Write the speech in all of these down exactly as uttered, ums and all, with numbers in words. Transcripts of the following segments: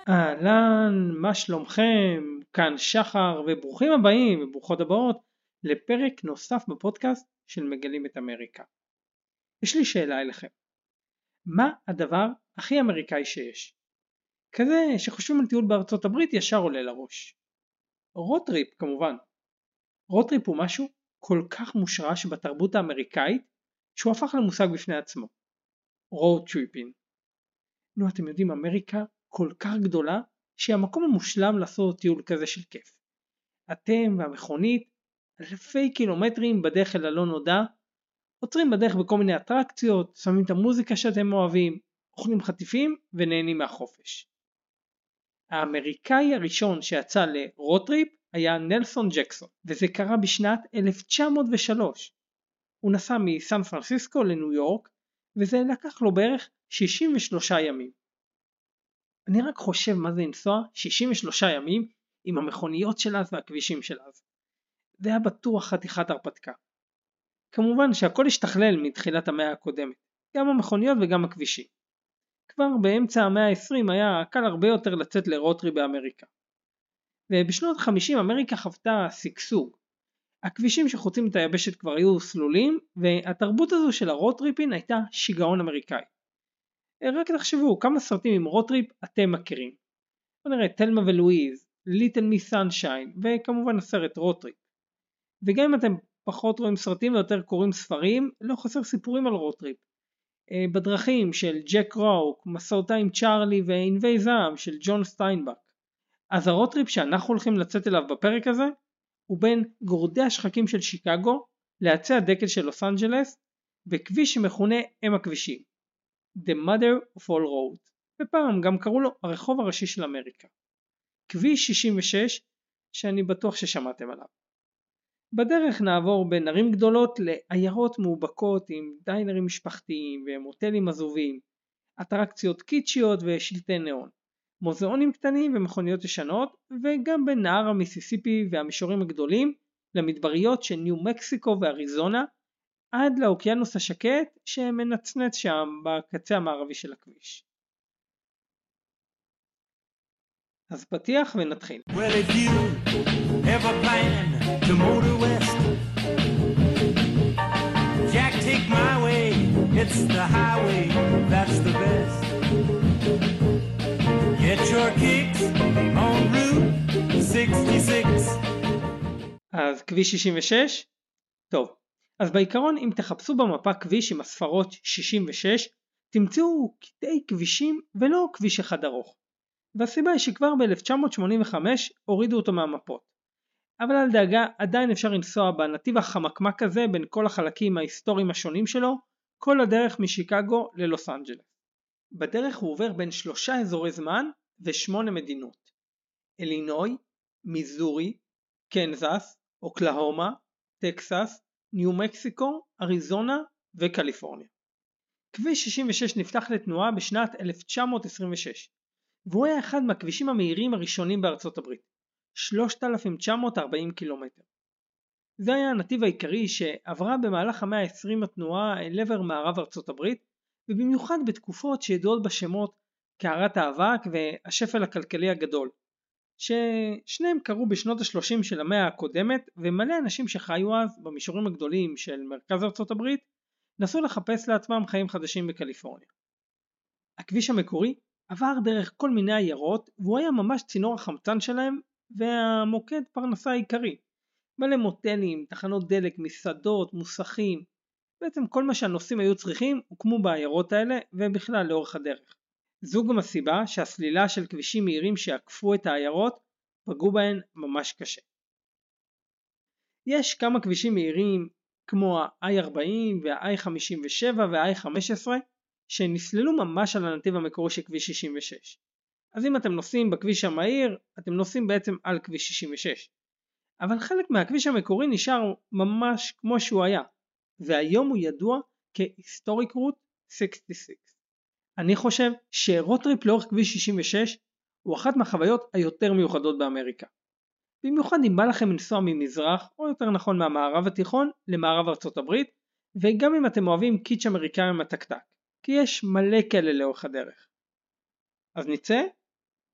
אהלן, מה שלומכם? כאן שחר וברוכים הבאים וברוכות הבאות לפרק נוסף בפודקאסט של מגלים את אמריקה. יש לי שאלה אליכם. מה הדבר הכי אמריקאי שיש? כזה שחושבים על טיול בארצות הברית ישר עולה לראש. רוטריפ כמובן. רוטריפ הוא משהו כל כך מושרש בתרבות האמריקאית שהוא הפך למושג בפני עצמו. רוד טריפין. נו, אתם יודעים, אמריקה כל כך גדולה שהיא המקום המושלם לעשות טיול כזה של כיף. אתם והמכונית אלפי קילומטרים בדרך אל הלא נודע, עוצרים בדרך בכל מיני אטרקציות, שמים את המוזיקה שאתם אוהבים, אוכלים חטיפים ונהנים מהחופש. האמריקאי הראשון שיצא לרוטריפ היה נלסון ג'קסון, וזה קרה בשנת אלף תשע מאות ושלוש. הוא נסע מסן פרנסיסקו לניו יורק, וזה לקח לו בערך שישים ושלושה ימים. אני רק חושב מה זה לנסוע שישים ושלושה ימים עם המכוניות של אז והכבישים של אז. זה היה בטוח חתיכת הרפתקה. כמובן שהכל השתכלל מתחילת המאה הקודמת, גם המכוניות וגם הכבישים. כבר באמצע המאה ה-עשרים היה קל הרבה יותר לצאת לרוטריפ באמריקה. ובשנות ה-חמישים אמריקה חוותה שגשוג. הכבישים שחוצים את היבשת כבר היו סלולים, והתרבות הזו של הרוטריפין הייתה שיגעון אמריקאי. רק תחשבו כמה סרטים עם רוטריפ אתם מכירים. בוא נראה תלמה ולואיז, ליטל מיס סנשיין, וכמובן הסרט רוטריפ. וגם אם אתם פחות רואים סרטים ויותר קוראים ספרים, לא חסר סיפורים על רוטריפ. בדרכים של ג'ק רוק, מסעותה עם צ'ארלי וענבי זעם של ג'ון סטיינבק. אז הרוטריפ שאנחנו הולכים לצאת אליו בפרק הזה, הוא בין גורדי השחקים של שיקגו, לעצי הדקל של לוס אנג'לס, בכביש שמכונה אם הכבישים. The Mother of All Roads, ופעם גם קראו לו הרחוב הראשי של אמריקה. כביש שישים ושש, שאני בטוח ששמעתם עליו. בדרך נעבור בין ערים גדולות לעיירות מאובקות עם דיינרים משפחתיים ומוטלים עזובים, אטרקציות קיצ'יות ושלטי נאון, מוזיאונים קטנים ומכוניות ישנות, וגם בין נהר המיסיסיפי והמישורים הגדולים למדבריות של ניו מקסיקו ואריזונה, עד לאוקיינוס השקט שמנצנץ שם בקצה המערבי של הכביש. אז פתיח ונתחיל. Well, if you ever plan to motor west, Jack, take my way, it's the highway, that's the best. Get your kicks on Route שישים ושש. אז כביש שישים ושש? טוב. אז בעיקרון אם תחפשו במפה כביש עם הספרות שישים ושש, תמצאו קטעי כבישים ולא כביש אחד ארוך. והסיבה היא שכבר ב-אלף תשע מאות שמונים וחמש הורידו אותו מהמפות. אבל על דאגה עדיין אפשר לנסוע בנתיב החמקמק הזה בין כל החלקים ההיסטוריים השונים שלו, כל הדרך משיקגו ללוס אנג'לס. בדרך הוא עובר בין שלושה אזורי זמן ושמונה מדינות. אלינוי, מיזורי, קנזס, אוקלהומה, טקסס, ניו מקסיקו, אריזונה וקליפורניה. כביש שישים ושש נפתח לתנועה בשנת אלף תשע מאות עשרים ושש, והוא היה אחד מהכבישים המהירים הראשונים בארצות הברית, שלושת אלפים תשע מאות וארבעים קילומטר. זה היה הנתיב העיקרי שעברה במהלך המאה ה-עשרים התנועה אל עבר מערב ארצות הברית, ובמיוחד בתקופות שידועות בשמות קערת האבק והשפל הכלכלי הגדול, ששניהם קרו בשנות ה-שלושים של המאה הקודמת, ומלא אנשים שחיו אז במישורים הגדולים של מרכז ארצות הברית נסו לחפש לעצמם חיים חדשים בקליפורניה. הכביש המקורי עבר דרך כל מיני עיירות, והוא היה ממש צינור החמצן שלהם והמוקד פרנסה העיקרי. מלא מוטלים, תחנות דלק, מסעדות, מוסכים, בעצם כל מה שהנוסעים היו צריכים הוקמו בעיירות האלה ובכלל לאורך הדרך. זו גם הסיבה שהסלילה של כבישים מהירים שעקפו את העיירות פגעו בהן ממש קשה. יש כמה כבישים מהירים כמו ה-איי ארבעים וה-איי חמישים ושבע וה-איי חמש עשרה שנסללו ממש על הנתיב המקורי של כביש שישים ושש. אז אם אתם נוסעים בכביש המהיר, אתם נוסעים בעצם על כביש שישים ושש. אבל חלק מהכביש המקורי נשאר ממש כמו שהוא היה, והיום הוא ידוע כ-Historic Route שישים ושש. אני חושב שרוטריפ לאורך כביש שישים ושש הוא אחת מהחוויות היותר מיוחדות באמריקה. במיוחד אם בא לכם לנסוע ממזרח, או יותר נכון מהמערב התיכון, למערב ארצות הברית, וגם אם אתם אוהבים קיץ' אמריקאי מתקתק, כי יש מלא כאלה לאורך הדרך. אז נצא?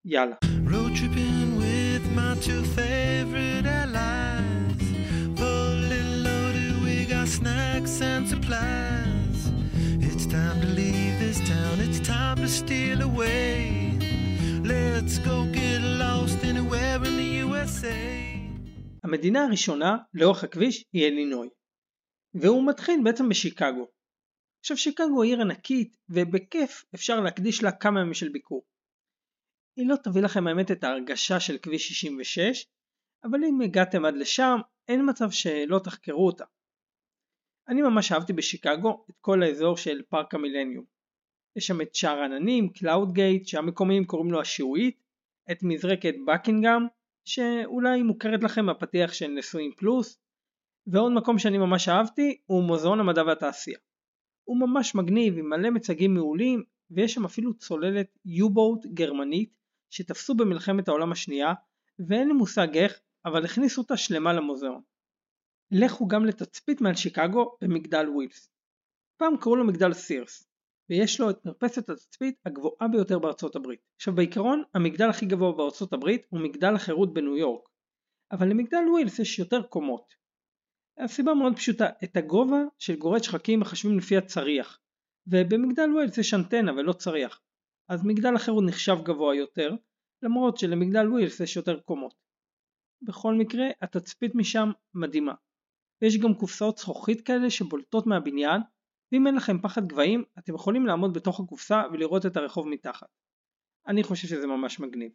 יאללה. Road tripping with my two favorite allies. Fully loaded, we got snacks and supplies. It's time to leave this town, it's time to steal away. Let's go get lost anywhere in the U S A. המדינה הראשונה לאורך הכביש היא אלינוי, והוא מתחיל בעצם בשיקגו. עכשיו שיקגו היא עיר ענקית, ובכיף אפשר להקדיש לה כמה ימים של ביקור. היא לא תביא לכם האמת את ההרגשה של כביש שישים ושש, אבל אם הגעתם עד לשם, אין מצב שלא תחקרו אותה. אני ממש אהבתי בשיקגו את כל האזור של פארק המילניום. יש שם את שער העננים, קלאוד גייט, שהמקומיים קוראים לו השיעועית, את מזרקת בקינגהאם, שאולי מוכרת לכם הפתיח של נשואים פלוס, ועוד מקום שאני ממש אהבתי הוא מוזיאון המדע והתעשייה. הוא ממש מגניב עם מלא מצגים מעולים, ויש שם אפילו צוללת U-boat גרמנית שתפסו במלחמת העולם השנייה, ואין לי מושג איך, אבל הכניסו אותה שלמה למוזיאון. לכו גם לתצפית מעל שיקגו במגדל ווילס. פעם קראו לו מגדל סירס, ויש לו את מרפסת התצפית הגבוהה ביותר בארצות הברית. עכשיו בעיקרון, המגדל הכי גבוה בארצות הברית הוא מגדל החירות בניו יורק, אבל למגדל ווילס יש יותר קומות. הסיבה מאוד פשוטה, את הגובה של גורד שחקים מחשבים לפי הצריח, ובמגדל ווילס יש אנטנה ולא צריח, אז מגדל החירות נחשב גבוה יותר, למרות שלמגדל ווילס יש יותר קומות. בכל מקרה, התצפית משם מדהימה. ויש גם קופסאות זכוכית כאלה שבולטות מהבניין, ואם אין לכם פחד גבהים, אתם יכולים לעמוד בתוך הקופסה ולראות את הרחוב מתחת. אני חושב שזה ממש מגניב.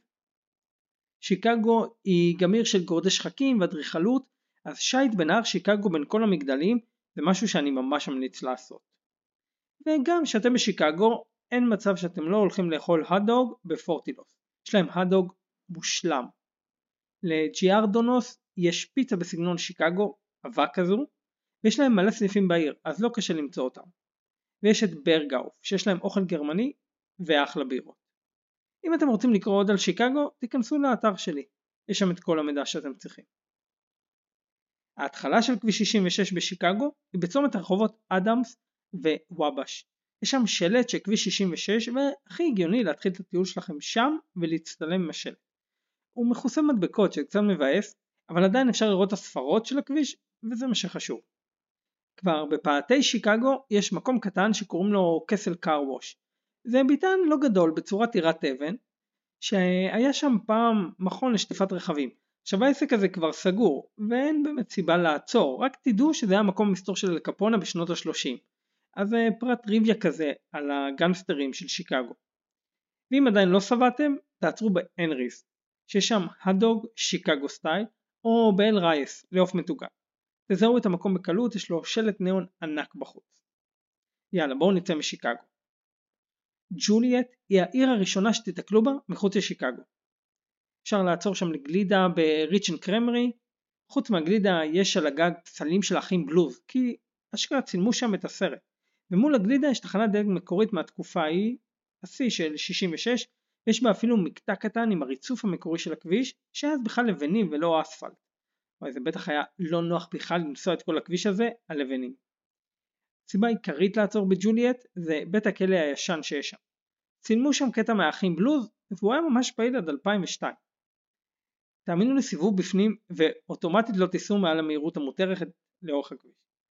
שיקגו היא גם עיר של גורדי שחקים ואדריכלות, אז שייט בנהר שיקגו בין כל המגדלים זה משהו שאני ממש ממליץ לעשות. וגם שאתם בשיקגו, אין מצב שאתם לא הולכים לאכול הדוג בפורטילוס. יש להם הדוג מושלם. לג'יארדונוס יש פיצה בסגנון שיקגו, אבק כזו, ויש להם מלא סניפים בעיר, אז לא קשה למצוא אותם. ויש את ברגאוף, שיש להם אוכל גרמני ואחלה בירות. אם אתם רוצים לקרוא עוד על שיקגו, תיכנסו לאתר שלי. יש שם את כל המידע שאתם צריכים. ההתחלה של כביש שישים ושש בשיקגו היא בצומת הרחובות אדמס ווואבש. יש שם שלט של כביש שישים ושש, והכי הגיוני להתחיל את הטיול שלכם שם ולהצטלם עם השלט. הוא מכוסה מדבקות שקצת מבאס, אבל עדיין אפשר לראות את הספרות של הכביש, וזה מה שחשוב. כבר בפאתי שיקגו יש מקום קטן שקוראים לו קסל קאר ווש. זה ביתן לא גדול בצורת טירת אבן, שהיה שם פעם מכון לשטיפת רכבים. עכשיו העסק הזה כבר סגור, ואין באמת סיבה לעצור, רק תדעו שזה היה מקום מסתור של אל קפונה בשנות ה-שלושים. אז זה פרט ריביה כזה על הגנגסטרים של שיקגו. ואם עדיין לא סבתם, תעצרו באנריס, שיש שם הדוג שיקגו סטייל, או באל רייס, לעוף מתוגה. תזהו את המקום בקלות, יש לו שלט ניאון ענק בחוץ. יאללה, בואו נצא משיקגו. ג'וליאט היא העיר הראשונה שתתקלו בה מחוץ לשיקגו. אפשר לעצור שם לגלידה בריצ'ן קרמרי, חוץ מהגלידה יש על הגג פסלים של האחים בלוז, כי אשכרה צילמו שם את הסרט. ומול הגלידה יש תחנת דלק מקורית מהתקופה ההיא, השיא של שישים ושש, ויש בה אפילו מקטע קטן עם הריצוף המקורי של הכביש, שאז בכלל לבנים ולא אספלט. אבל זה בטח היה לא נוח בכלל לנסוע את כל הכביש הזה על לבנים. הסיבה העיקרית לעצור בג'וליאט זה בית הכלא הישן שיש שם. צילמו שם קטע מהאחים בלוז, והוא היה ממש פעיל עד אלפיים ושתיים. תאמינו לסיבוב בפנים ואוטומטית לא תיסעו מעל המהירות המותרת לאורך הכביש.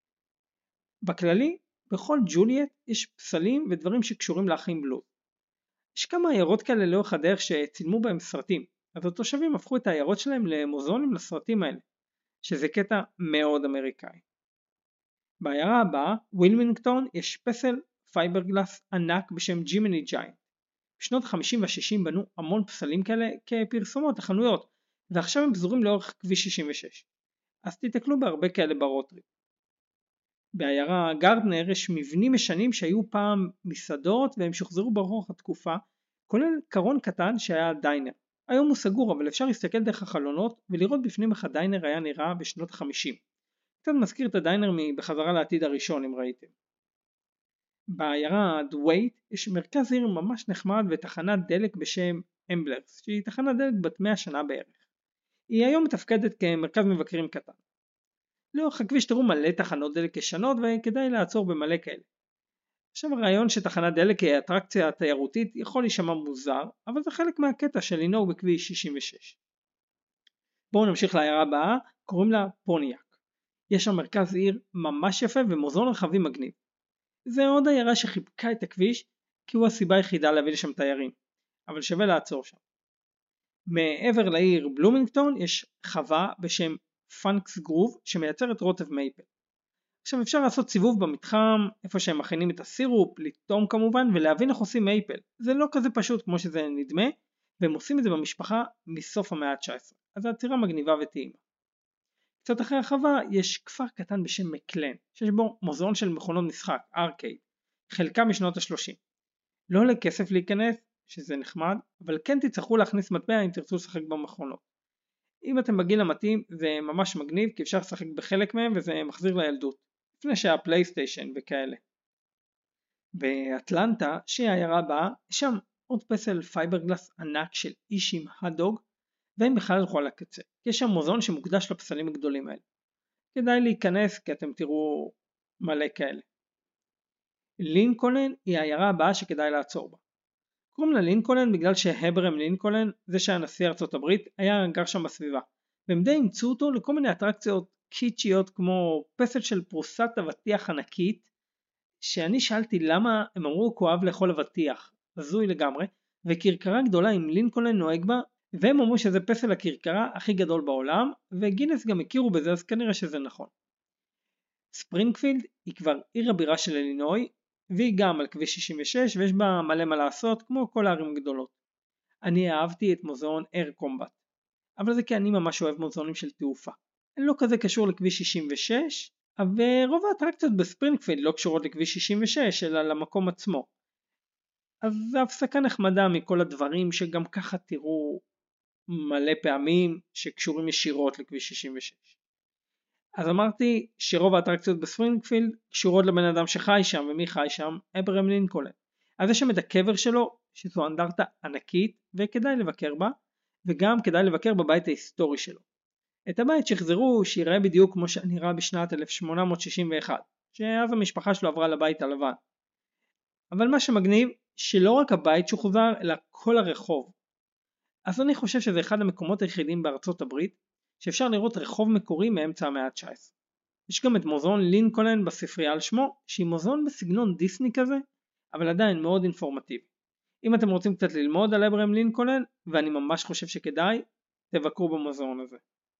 בכללי, בכל ג'וליאט יש פסלים ודברים שקשורים לאחים בלוז. יש כמה עיירות כאלה לאורך הדרך שצילמו בהם סרטים, אז התושבים הפכו את העיירות שלהם למוזיאונים לסרטים האלה, שזה קטע מאוד אמריקאי. בעיירה הבאה, ווילמינגטון, יש פסל פייברגלס ענק בשם ג'ימיני ג'יינט. בשנות ה-חמישים וה-שישים בנו המון פסלים כאלה כפרסומות לחנויות, ועכשיו הם פזורים לאורך כביש שישים ושש. אז תתקלו בהרבה כאלה ברוטריפ. בעיירה גרדנר יש מבנים משנים שהיו פעם מסעדות והם שוחזרו ברוח התקופה, כולל קרון קטן שהיה דיינר. היום הוא סגור, אבל אפשר להסתכל דרך החלונות ולראות בפנים איך הדיינר היה נראה בשנות ה-חמישים. קצת מזכיר את הדיינר מבחזרה לעתיד הראשון אם ראיתם. בעיירה דווייט יש מרכז עיר ממש נחמד ותחנת דלק בשם אמבלרס, שהיא תחנת דלק בת מאה שנה בערך. היא היום מתפקדת כמרכז מבקרים קטן. לאורך הכביש תראו מלא תחנות דלק ישנות וכדאי לעצור במלא כאלה. עכשיו הרעיון שתחנת דלק היא אטרקציה תיירותית יכול להישמע מוזר, אבל זה חלק מהקטע של לנהוג בכביש שישים ושש. בואו נמשיך לעיירה הבאה, קוראים לה פוניאק. יש שם מרכז עיר ממש יפה ומוזיאון רכבים מגניב. זה עוד עיירה שחיבקה את הכביש, כי הוא הסיבה היחידה להביא לשם תיירים, אבל שווה לעצור שם. מעבר לעיר בלומינגטון יש חווה בשם פאנקס גרוב שמייצרת רוטב מייפל. עכשיו אפשר לעשות סיבוב במתחם איפה שהם מכינים את הסירופ, לטעום כמובן ולהבין איך עושים מייפל. זה לא כזה פשוט כמו שזה נדמה, והם עושים את זה במשפחה מסוף המאה ה-תשע עשרה, אז זו עצירה מגניבה וטעימה. קצת אחרי החווה יש כפר קטן בשם מקלן, שיש בו מוזיאון של מכונות משחק, ארקייד, חלקם משנות ה-שלושים. לא עולה כסף להיכנס, שזה נחמד, אבל כן תצטרכו להכניס מטבע אם תרצו לשחק במכונות. אם אתם בגיל המתאים זה ממש מגניב, כי אפשר לשחק בחלק מהם וזה מחזיר לילדות, לפני שהיה פלייסטיישן וכאלה. באטלנטה, שהיא העיירה הבאה, יש שם עוד פסל פייברגלס ענק של איש עם הדוג, והם בכלל הלכו על הקצה. יש שם מוזיאון שמוקדש לפסלים הגדולים האלה. כדאי להיכנס כי אתם תראו מלא כאלה. לינקולן היא העיירה הבאה שכדאי לעצור בה. קוראים לה לינקולן בגלל שהברהם לינקולן, זה שהיה נשיא ארצות הברית, היה גר שם בסביבה. והם די אימצו אותו לכל מיני אטרקציות קיצ'יות כמו פסל של פרוסת אבטיח ענקית, שאני שאלתי למה הם אמרו הוא אוהב לאכול אבטיח, הזוי לגמרי, וכרכרה גדולה עם לינקולן נוהג בה, והם אמרו שזה פסל הכרכרה הכי גדול בעולם, וגינס גם הכירו בזה, אז כנראה שזה נכון. ספרינגפילד היא כבר עיר הבירה של אילינוי, והיא גם על כביש שישים ושש, ויש בה מלא מה לעשות כמו כל הערים הגדולות. אני אהבתי את מוזיאון אייר קומבט, אבל זה כי אני ממש אוהב מוזיאונים של תעופה. לא כזה קשור לכביש שישים ושש, אבל רוב האטרקציות בספרינגפילד לא קשורות לכביש שישים ושש, אלא למקום עצמו. אז זו הפסקה נחמדה מכל הדברים שגם ככה תראו מלא פעמים שקשורים ישירות לכביש שישים ושש. אז אמרתי שרוב האטרקציות בספרינגפילד קשורות לבן אדם שחי שם, ומי חי שם? אברהם לינקולן. אז יש שם את הקבר שלו, שזו אנדרטה ענקית, וכדאי לבקר בה, וגם כדאי לבקר בבית ההיסטורי שלו. את הבית שחזרו שיראה בדיוק כמו שנראה בשנת אלף שמונה מאות שישים ואחת, שאז המשפחה שלו עברה לבית הלבן. אבל מה שמגניב, שלא רק הבית שוחזר, אלא כל הרחוב. אז אני חושב שזה אחד המקומות היחידים בארצות הברית, שאפשר לראות רחוב מקורי מאמצע המאה ה-תשע עשרה. יש גם את מוזיאון לינקולן בספרייה על שמו, שהיא מוזיאון בסגנון דיסני כזה, אבל עדיין מאוד אינפורמטיבי. אם אתם רוצים קצת ללמוד על אברהם לינקולן, ואני ממש חושב שכדאי, תבקרו במוזיאון הזה.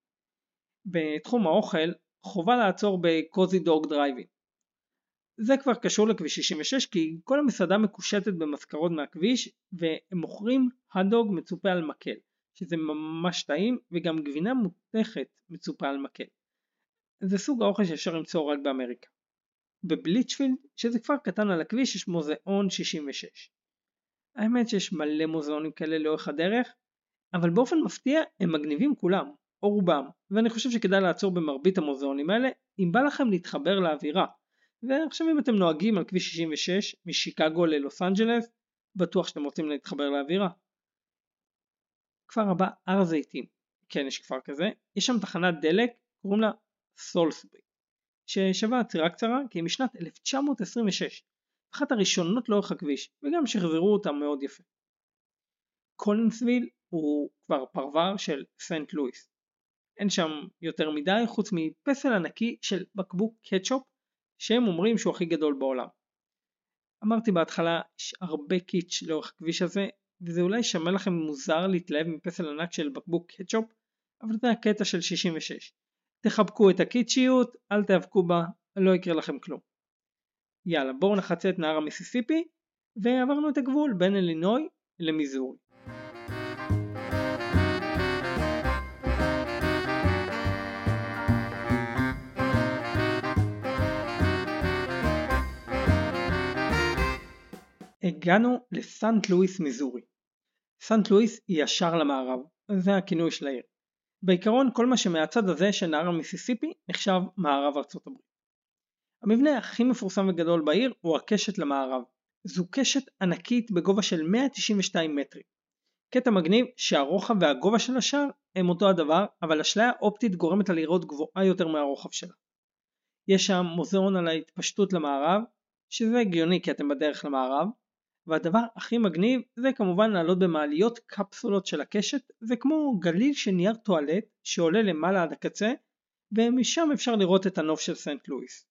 בתחום האוכל, חובה לעצור בקוזי דוג דרייבין. זה כבר קשור לכביש שישים ושש, כי כל המסעדה מקושטת במזכרות מהכביש, והם מוכרים הדוג מצופה על מקל, שזה ממש טעים, וגם גבינה מותכת מצופה על מקל. זה סוג האוכל שאפשר למצוא רק באמריקה. בבליצ'פילד, שזה כפר קטן על הכביש, יש מוזיאון שישים ושש. האמת שיש מלא מוזיאונים כאלה לאורך הדרך, אבל באופן מפתיע הם מגניבים כולם, או רובם, ואני חושב שכדאי לעצור במרבית המוזיאונים האלה, אם בא לכם להתחבר לאווירה. ועכשיו אם אתם נוהגים על כביש שישים ושש, משיקגו ללוס אנג'לס, בטוח שאתם רוצים להתחבר לאווירה. כפר הבא, הר הזיתים. כן, יש כפר כזה. יש שם תחנת דלק, קוראים לה סולסבי, ששווה עצירה קצרה, כי היא משנת אלף תשע מאות עשרים ושש. אחת הראשונות לאורך הכביש, וגם שחזרו אותה מאוד יפה. קולינסוויל הוא כבר פרבר של סנט לואיס. אין שם יותר מדי, חוץ מפסל ענקי של בקבוק קטשופ, שהם אומרים שהוא הכי גדול בעולם. אמרתי בהתחלה, יש הרבה קיץ' לאורך הכביש הזה, וזה אולי שמע לכם מוזר להתלהב מפסל ענק של בקבוק קטשופ, אבל זה הקטע של שישים ושש. תחבקו את הקיצ'יות, אל תאבקו בה, לא יקרה לכם כלום. יאללה, בואו נחצה את נהר המיסיסיפי, ועברנו את הגבול בין אילינוי למיזורי. הגענו לסנט לואיס מיזורי. סנט לואיס היא ישר למערב, זה הכינוי של העיר. בעיקרון כל מה שמהצד הזה של נהר המיסיסיפי נחשב מערב ארצות הברית. המבנה הכי מפורסם וגדול בעיר הוא הקשת למערב. זו קשת ענקית בגובה של מאה תשעים ושתיים מטרים. קטע מגניב שהרוחב והגובה של השער הם אותו הדבר, אבל השליה אופטית גורמת לה לראות גבוהה יותר מהרוחב שלה. יש שם מוזיאון על ההתפשטות למערב, שזה הגיוני כי אתם בדרך למערב, והדבר הכי מגניב זה כמובן לעלות במעליות קפסולות של הקשת, זה כמו גליל של נייר טואלט שעולה למעלה עד הקצה, ומשם אפשר לראות את הנוף של סנט לואיס.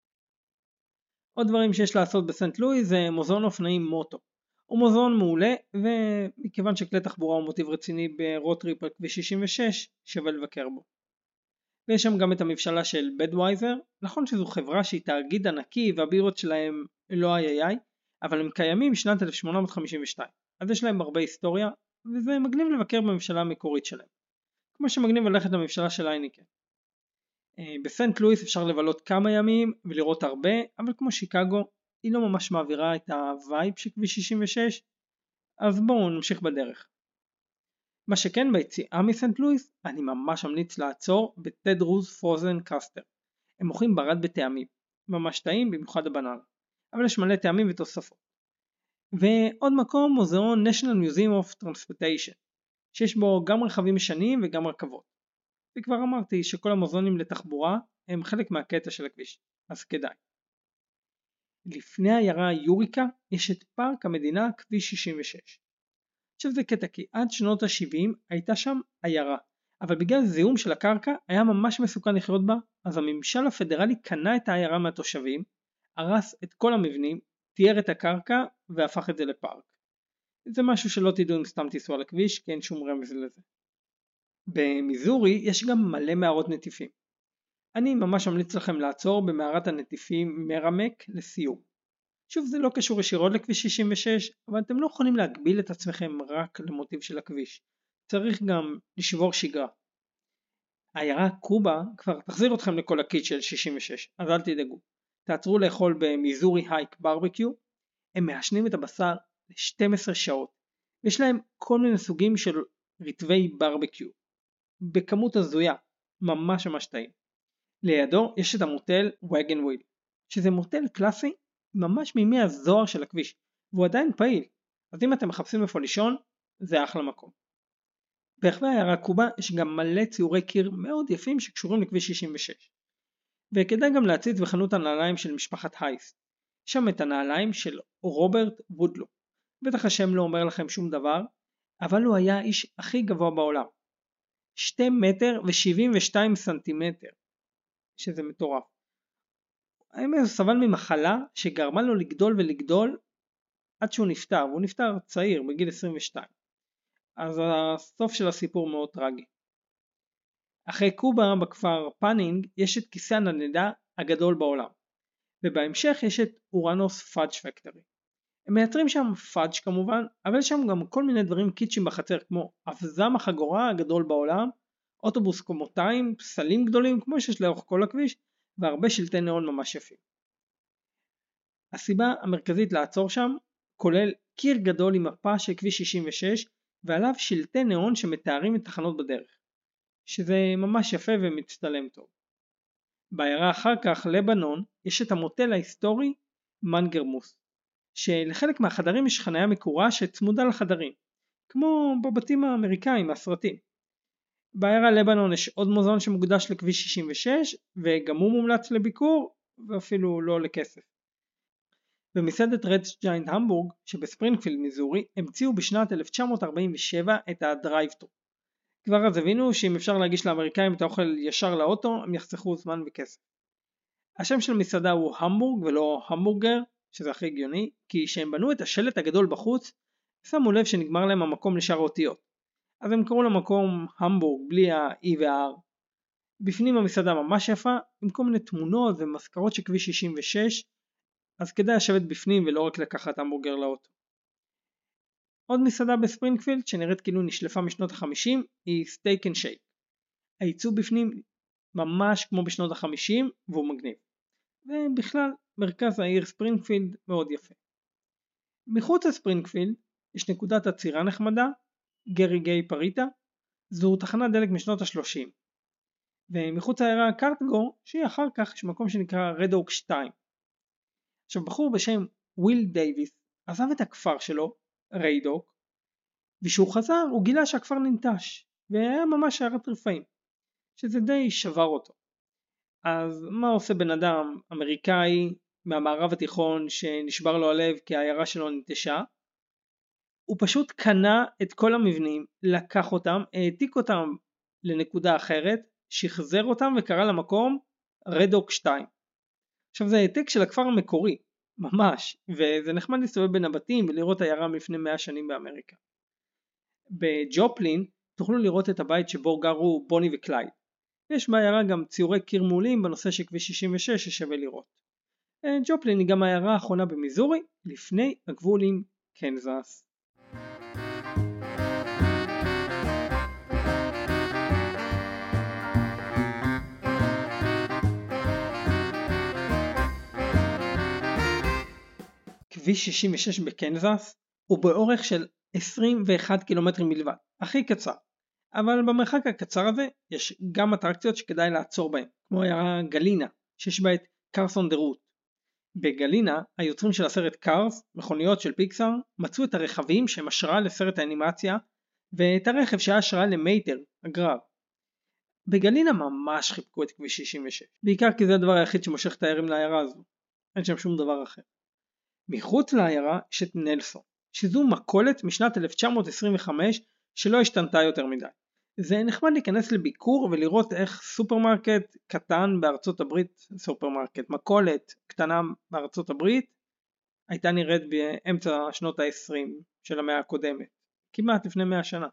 עוד דברים שיש לעשות בסנט לואיס זה מוזיאון אופנועים מוטו. הוא מוזיאון מעולה, ומכיוון שכלי תחבורה הוא מוטיב רציני ברוטריפ על כביש שישים ושש, שווה לבקר בו. ויש שם גם את המבשלה של בדווייזר, נכון שזו חברה שהיא תאגיד ענקי והבירות שלהם לא איי איי איי, אבל הם קיימים משנת אלף שמונה מאות חמישים ושתיים, אז יש להם הרבה היסטוריה, וזה מגניב לבקר בממשלה המקורית שלהם, כמו שמגניב ללכת לממשלה של אייניקן. בסנט לואיס אפשר לבלות כמה ימים ולראות הרבה, אבל כמו שיקגו, היא לא ממש מעבירה את הווייב של כביש שישים ושש, אז בואו נמשיך בדרך. מה שכן, ביציאה מסנט לואיס, אני ממש ממליץ לעצור בטדרוז פרוזן קסטר. הם מוכרים ברד בטעמים, ממש טעים, במיוחד הבננה, אבל יש מלא טעמים ותוספות. ועוד מקום, מוזיאון National Museum of Transportation, שיש בו גם רכבים ישנים וגם רכבות. וכבר אמרתי שכל המוזיאונים לתחבורה הם חלק מהקטע של הכביש, אז כדאי. לפני העיירה יוריקה יש את פארק המדינה כביש שישים ושש. עכשיו זה קטע כי עד שנות ה-שבעים הייתה שם עיירה, אבל בגלל זיהום של הקרקע היה ממש מסוכן לחיות בה, אז הממשל הפדרלי קנה את העיירה מהתושבים, הרס את כל המבנים, תיאר את הקרקע והפך את זה לפארק. זה משהו שלא תדעו אם סתם תיסעו על הכביש, כי אין שום רמז לזה. במיזורי יש גם מלא מערות נטיפים. אני ממש ממליץ לכם לעצור במערת הנטיפים מרמק לסיום. שוב, זה לא קשור ישירות לכביש שישים ושש, אבל אתם לא יכולים להגביל את עצמכם רק למוטיב של הכביש. צריך גם לשבור שגרה. העיירה קובה כבר תחזיר אתכם לכל הקיט של שישים ושש, אז אל תדאגו. תעצרו לאכול במיזורי הייק ברבקיו, הם מעשנים את הבשר ל-שתים עשרה שעות, ויש להם כל מיני סוגים של רטבי ברבקיו, בכמות הזויה, ממש ממש טעים. לידו יש את המוטל וגן וויל, שזה מוטל קלאסי ממש מימי הזוהר של הכביש, והוא עדיין פעיל, אז אם אתם מחפשים איפה לישון, זה אחלה מקום. ברחבי העיירה קובה יש גם מלא ציורי קיר מאוד יפים שקשורים לכביש שישים ושש. וכדאי גם להציץ בחנות הנעליים של משפחת הייס. שם את הנעליים של רוברט וודלו. בטח השם לא אומר לכם שום דבר, אבל הוא היה האיש הכי גבוה בעולם. שתי מטר ושבעים ושתיים סנטימטר. שזה מטורף. האמת הוא סבל ממחלה שגרמה לו לגדול ולגדול עד שהוא נפטר, והוא נפטר צעיר בגיל עשרים ושתיים. אז הסוף של הסיפור מאוד טרגי. אחרי קובה בכפר פאנינג יש את כיסא הנדנדה הגדול בעולם, ובהמשך יש את אורנוס פאדג' פקטורי. הם מייצרים שם פאדג' כמובן, אבל יש שם גם כל מיני דברים קיצ'ים בחצר כמו אבזם החגורה הגדול בעולם, אוטובוס קומותיים, פסלים גדולים כמו שיש לאורך כל הכביש, והרבה שלטי נאון ממש יפים. הסיבה המרכזית לעצור שם כולל קיר גדול עם מפה של כביש שישים ושש, ועליו שלטי נאון שמתארים את תחנות בדרך, שזה ממש יפה ומצטלם טוב. בעיירה אחר כך, לבנון, יש את המוטל ההיסטורי מנגרמוס, שלחלק מהחדרים יש חניה מקורה שצמודה לחדרים, כמו בבתים האמריקאים מהסרטים. בעיירה לבנון יש עוד מוזיאון שמוקדש לכביש שישים ושש, וגם הוא מומלץ לביקור, ואפילו לא לכסף. במסעדת רדס ג'יינט המבורג שבספרינגפילד מיזורי המציאו בשנת אלף תשע מאות ארבעים ושבע את הדרייב-טרו. כבר אז הבינו שאם אפשר להגיש לאמריקאים את האוכל ישר לאוטו הם יחסכו זמן וכסף. השם של המסעדה הוא המבורג ולא המבורגר, שזה הכי הגיוני, כי כשהם בנו את השלט הגדול בחוץ שמו לב שנגמר להם המקום לשאר האותיות, אז הם קראו למקום המבורג בלי ה-E וה-R. בפנים המסעדה ממש יפה עם כל מיני תמונות ומזכרות של כביש שישים ושש, אז כדאי לשבת בפנים ולא רק לקחת המבורגר לאוטו. עוד מסעדה בספרינגפילד שנראית כאילו נשלפה משנות ה-חמישים היא סטייק אנד שייק. העיצוב בפנים ממש כמו בשנות ה-חמישים והוא מגניב. ובכלל מרכז העיר ספרינגפילד מאוד יפה. מחוץ לספרינגפילד יש נקודת עצירה נחמדה, גרי גיי פריטה, זו תחנת דלק משנות ה-שלושים. ומחוץ העיירה קרטגו שהיא אחר כך יש מקום שנקרא רד אוק שתיים. עכשיו בחור בשם וויל דייביס עזב את הכפר שלו, ריידוק, ושהוא חזר הוא גילה שהכפר ננטש, והיה ממש שערת רפאים, שזה די שבר אותו. אז מה עושה בן אדם אמריקאי מהמערב התיכון שנשבר לו הלב כי העיירה שלו ננטשה. הוא פשוט קנה את כל המבנים, לקח אותם, העתיק אותם לנקודה אחרת, שחזר אותם וקרא למקום רדוק שתיים. עכשיו זה העתיק של הכפר המקורי, ממש, וזה נחמד להסתובב בין הבתים ולראות העיירה מלפני מאה שנים באמריקה. בג'ופלין תוכלו לראות את הבית שבו גרו בוני וקלייד. יש בעיירה גם ציורי קיר מעולים בנושא של כביש שישים ושש ששווה לראות. ג'ופלין היא גם העיירה האחרונה במיזורי, לפני הגבול עם קנזס. כביש שישים ושש בקנזס הוא באורך של עשרים ואחד קילומטרים בלבד, הכי קצר. אבל במרחק הקצר הזה יש גם אטרקציות שכדאי לעצור בהן, כמו העיירה גלינה, שיש בה את קארס און דה רוט. בגלינה, היוצרים של הסרט קארס, מכוניות של פיקסאר, מצאו את הרכבים שהם השראה לסרט האנימציה, ואת הרכב שהיה השראה למייטר, הגרר. בגלינה ממש חיבקו את כביש שישים ושש, בעיקר כי זה הדבר היחיד שמושך תיירים לעיירה הזו. אין שם שום דבר אחר. מחוץ לעיירה יש את נלסון, שזו מכולת משנת אלף תשע מאות עשרים וחמש שלא השתנתה יותר מדי. זה נחמד להיכנס לביקור ולראות איך סופרמרקט קטן בארצות הברית, סופרמרקט, מכולת קטנה בארצות הברית, הייתה נראית באמצע שנות ה-עשרים של המאה הקודמת, כמעט לפני מאה שנה.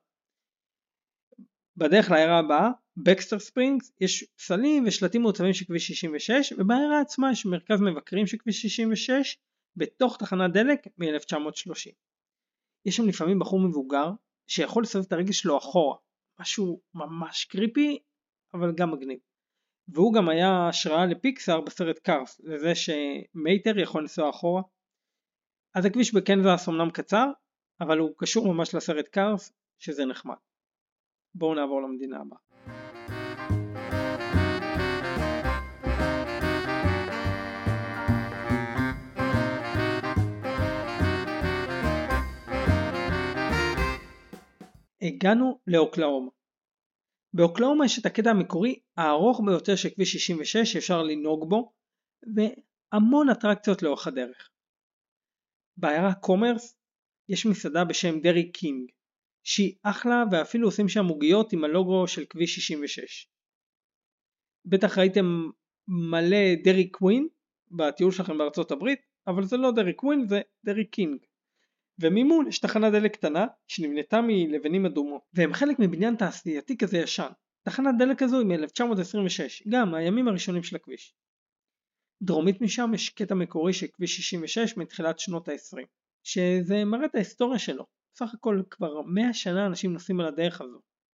בדרך לעיירה הבאה, בקסטר ספרינגס, יש פסלים ושלטים מעוצבים של כביש שישים ושש, ובעיירה עצמה יש מרכז מבקרים של כביש שישים ושש, בתוך תחנת דלק מ-אלף תשע מאות שלושים. יש שם לפעמים בחור מבוגר שיכול לסובב את הרגל שלו אחורה, משהו ממש קריפי אבל גם מגניב. והוא גם היה השראה לפיקסאר בסרט קארס, לזה שמייטר יכול לנסוע אחורה. אז הכביש בקנזס אומנם קצר, אבל הוא קשור ממש לסרט קארס, שזה נחמד. בואו נעבור למדינה הבאה. הגענו לאוקלאומה. באוקלאומה יש את הקטע המקורי הארוך ביותר של כביש שישים ושש שאפשר לנהוג בו, והמון אטרקציות לאורך הדרך. בעיירה קומרס יש מסעדה בשם דרי קינג, שהיא אחלה ואפילו עושים שם עוגיות עם הלוגו של כביש שישים ושש. בטח ראיתם מלא דרי קווין בטיול שלכם בארצות הברית, אבל זה לא דרי קווין, זה דרי קינג. ומימון יש תחנת דלק קטנה שנבנתה מלבנים אדומות, והם חלק מבניין תעשייתי כזה ישן. תחנת דלק הזו היא מ-אלף תשע מאות עשרים ושש, גם מהימים הראשונים של הכביש. דרומית משם יש קטע מקורי של כביש שישים ושש מתחילת שנות ה-עשרים, שזה מראה את ההיסטוריה שלו. סך הכל כבר מאה שנה אנשים נוסעים על הדרך הזו.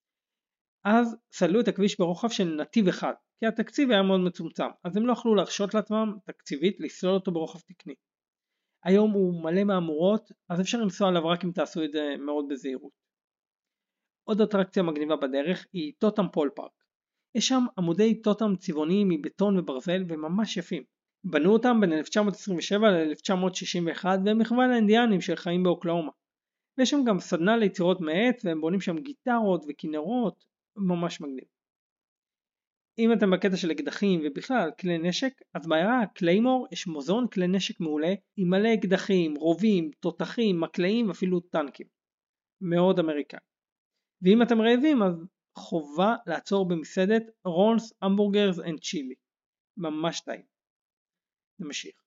אז סללו את הכביש ברוחב של נתיב אחד, כי התקציב היה מאוד מצומצם, אז הם לא יכלו להרשות לעצמם תקציבית לסלול אותו ברוחב תקני. היום הוא מלא מהמורות, אז אפשר לנסוע עליו רק אם תעשו את זה מאוד בזהירות. עוד אטרקציה מגניבה בדרך היא טוטם פול פארק. יש שם עמודי טוטם צבעוניים מבטון וברזל וממש יפים. בנו אותם בין אלף תשע מאות עשרים ושבע ל-אלף תשע מאות שישים ואחת והם מחווה לאינדיאנים של חיים באוקלאומה. ויש שם גם סדנה ליצירות מעץ והם בונים שם גיטרות וכינרות, ממש מגניב. אם אתם בקטע של אקדחים ובכלל כלי נשק, אז בעיירה קליימור יש מוזיאון כלי נשק מעולה עם מלא אקדחים, רובים, תותחים, מקלעים ואפילו טנקים. מאוד אמריקאי. ואם אתם רעבים אז חובה לעצור במסעדת רונס המבורגרס אנד צ'ילי. ממש טעים. נמשיך.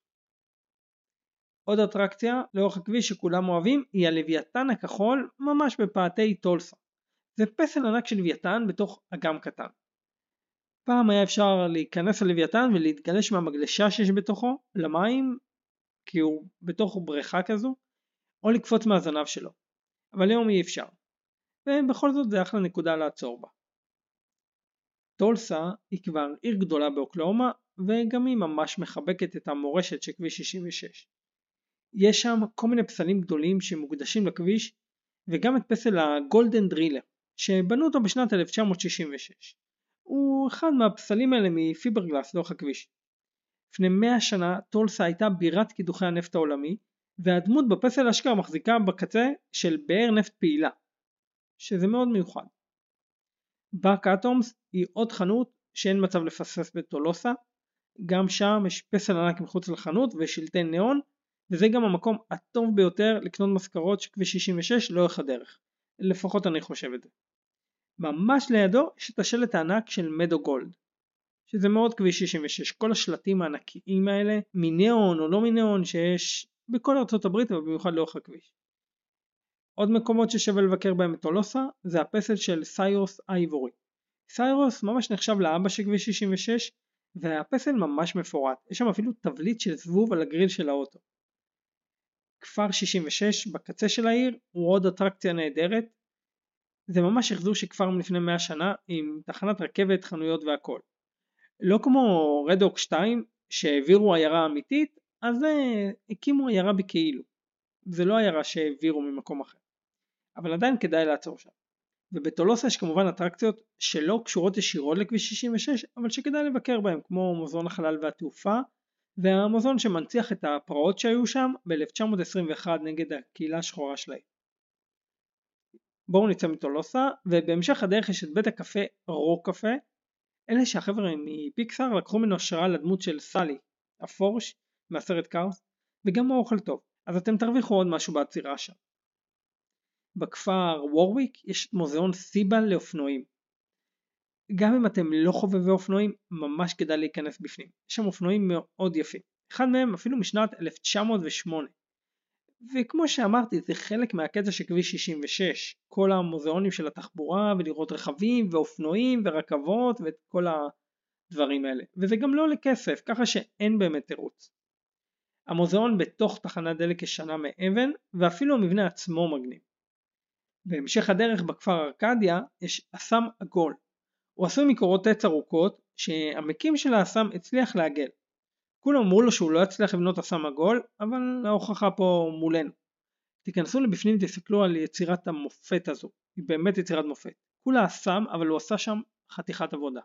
עוד אטרקציה לאורך הכביש שכולם אוהבים היא הלוויתן הכחול ממש בפאתי טולסה. זה פסל ענק של לוויתן בתוך אגם קטן. פעם היה אפשר להיכנס ללוויתן ולהתגלש מהמגלשה שיש בתוכו למים, כי הוא בתוך בריכה כזו, או לקפוץ מהזנב שלו. אבל היום אי אפשר. ובכל זאת זה אחלה נקודה לעצור בה. טולסה היא כבר עיר גדולה באוקלאומה, וגם היא ממש מחבקת את המורשת של כביש שישים ושש. יש שם כל מיני פסלים גדולים שמוקדשים לכביש, וגם את פסל הגולדן דרילר, שבנו אותו בשנת אלף תשע מאות שישים ושש. הוא אחד מהפסלים האלה מפיברגלס לאורך הכביש. לפני מאה שנה טולסה הייתה בירת קידוחי הנפט העולמי, והדמות בפסל אשכרה מחזיקה בקצה של באר נפט פעילה, שזה מאוד מיוחד. באק אטומס היא עוד חנות שאין מצב לפספס בטולוסה, גם שם יש פסל ענק מחוץ לחנות ושלטי ניאון, וזה גם המקום הטוב ביותר לקנות מזכרות שכביש שישים ושש לא יחד דרך. לפחות אני חושב את זה. ממש לידו יש את השלט הענק של מדו גולד, שזה מאוד כביש שישים ושש, כל השלטים הענקיים האלה, מניאון או לא מניאון, שיש בכל ארצות הברית ובמיוחד לאורך הכביש. עוד מקומות ששווה לבקר בהם בטולוסה, זה הפסל של סיירוס אייבורי. סיירוס ממש נחשב לאבא של כביש שישים ושש, והפסל ממש מפורט, יש שם אפילו תבליט של זבוב על הגריל של האוטו. כפר שישים ושש בקצה של העיר הוא עוד אטרקציה נהדרת, זה ממש החזור של כפר מלפני מאה שנה עם תחנת רכבת, חנויות והכל. לא כמו רדוק שתיים שהעבירו עיירה אמיתית, אז הקימו עיירה בכאילו. זה לא עיירה שהעבירו ממקום אחר. אבל עדיין כדאי לעצור שם. ובטולוסה יש כמובן אטרקציות שלא קשורות ישירות לכביש שישים ושש, אבל שכדאי לבקר בהם, כמו מוזיאון החלל והתעופה, והמוזיאון שמנציח את הפרעות שהיו שם ב-אלף תשע מאות עשרים ואחת נגד הקהילה השחורה שלהם. בואו נצא מטולוסה, ובהמשך הדרך יש את בית הקפה רוק קפה, אלה שהחבר'ה מפיקסאר לקחו ממנו השראה לדמות של סלי, הפורש, מהסרט קאוס, וגם האוכל טוב, אז אתם תרוויחו עוד משהו בעצירה שם. בכפר וורוויק יש מוזיאון סיבה לאופנועים. גם אם אתם לא חובבי אופנועים, ממש כדאי להיכנס בפנים. יש שם אופנועים מאוד יפים. אחד מהם אפילו משנת אלף תשע מאות ושמונה. וכמו שאמרתי, זה חלק מהקטע של כביש שישים ושש. כל המוזיאונים של התחבורה, ולראות רכבים ואופנועים ורכבות ואת כל הדברים האלה. וזה גם לא עולה כסף, ככה שאין באמת תירוץ. המוזיאון בתוך תחנת דלק ישנה מאבן, ואפילו המבנה עצמו מגניב. בהמשך הדרך בכפר ארקדיה יש אסם עגול. הוא עשוי מקורות עץ ארוכות שהמקים של האסם הצליח לעגל. כולם אמרו לו שהוא לא הצליח לבנות אסם עגול, אבל ההוכחה פה מולנו. תיכנסו לבפנים ותסתכלו על יצירת המופת הזו. היא באמת יצירת מופת. כולה אסם, אבל הוא עשה שם חתיכת עבודה.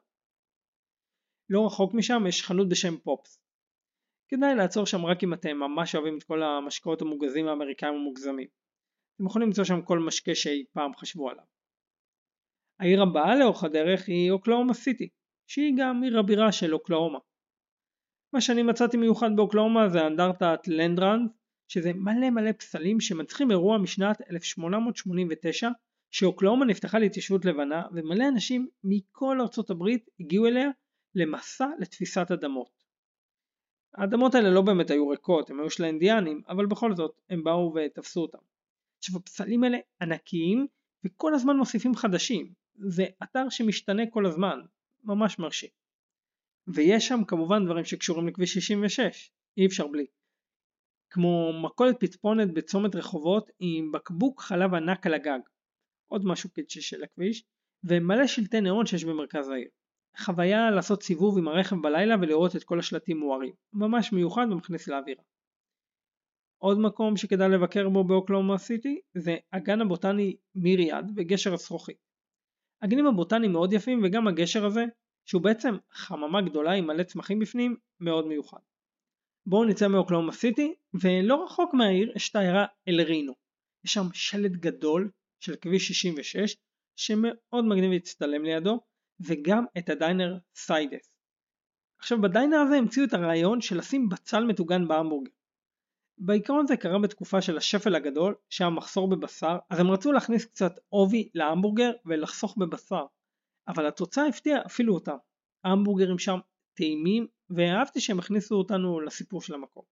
לא רחוק משם יש חנות בשם פופס. כדאי לעצור שם רק אם אתם ממש אוהבים את כל המשקאות המוגזים האמריקאים המוגזמים. אתם יכולים למצוא שם כל משקה שאי פעם חשבו עליו. העיר הבאה לאורך הדרך היא אוקלאומה סיטי, שהיא גם עיר הבירה של אוקלאומה. מה שאני מצאתי מיוחד באוקלאומה זה אנדרטת לנדרנד, שזה מלא מלא פסלים שמנצחים אירוע משנת אלף שמונה מאות שמונים ותשע, שאוקלאומה נפתחה להתיישבות לבנה, ומלא אנשים מכל ארצות הברית הגיעו אליה למסע לתפיסת אדמות. האדמות האלה לא באמת היו ריקות, הם היו של האינדיאנים, אבל בכל זאת הם באו ותפסו אותם. עכשיו הפסלים האלה ענקיים וכל הזמן מוסיפים חדשים, זה אתר שמשתנה כל הזמן, ממש מרשים. ויש שם כמובן דברים שקשורים לכביש שישים ושש, אי אפשר בלי. כמו מכולת פצפונת בצומת רחובות עם בקבוק חלב ענק על הגג, עוד משהו קדשי של הכביש, ומלא שלטי ניאון שיש במרכז העיר. חוויה לעשות סיבוב עם הרכב בלילה ולראות את כל השלטים מוארים, ממש מיוחד ומכניס לאווירה. עוד מקום שכדאי לבקר בו באוקלאומה סיטי זה הגן הבוטני מיריאד וגשר הסרוכי. הגנים הבוטניים מאוד יפים וגם הגשר הזה, שהוא בעצם חממה גדולה עם מלא צמחים בפנים, מאוד מיוחד. בואו נצא מאוקלאומה סיטי, ולא רחוק מהעיר יש את העיירה אל רינו. יש שם שלט גדול של כביש שישים ושש, שמאוד מגניב להצטלם לידו, וגם את הדיינר סיידס. עכשיו בדיינר הזה המציאו את הרעיון של לשים בצל מטוגן בהמבורגר. בעיקרון זה קרה בתקופה של השפל הגדול, שהיה מחסור בבשר, אז הם רצו להכניס קצת עובי להמבורגר ולחסוך בבשר. אבל התוצאה הפתיעה אפילו אותם. ההמבורגרים שם טעימים, ואהבתי שהם הכניסו אותנו לסיפור של המקום.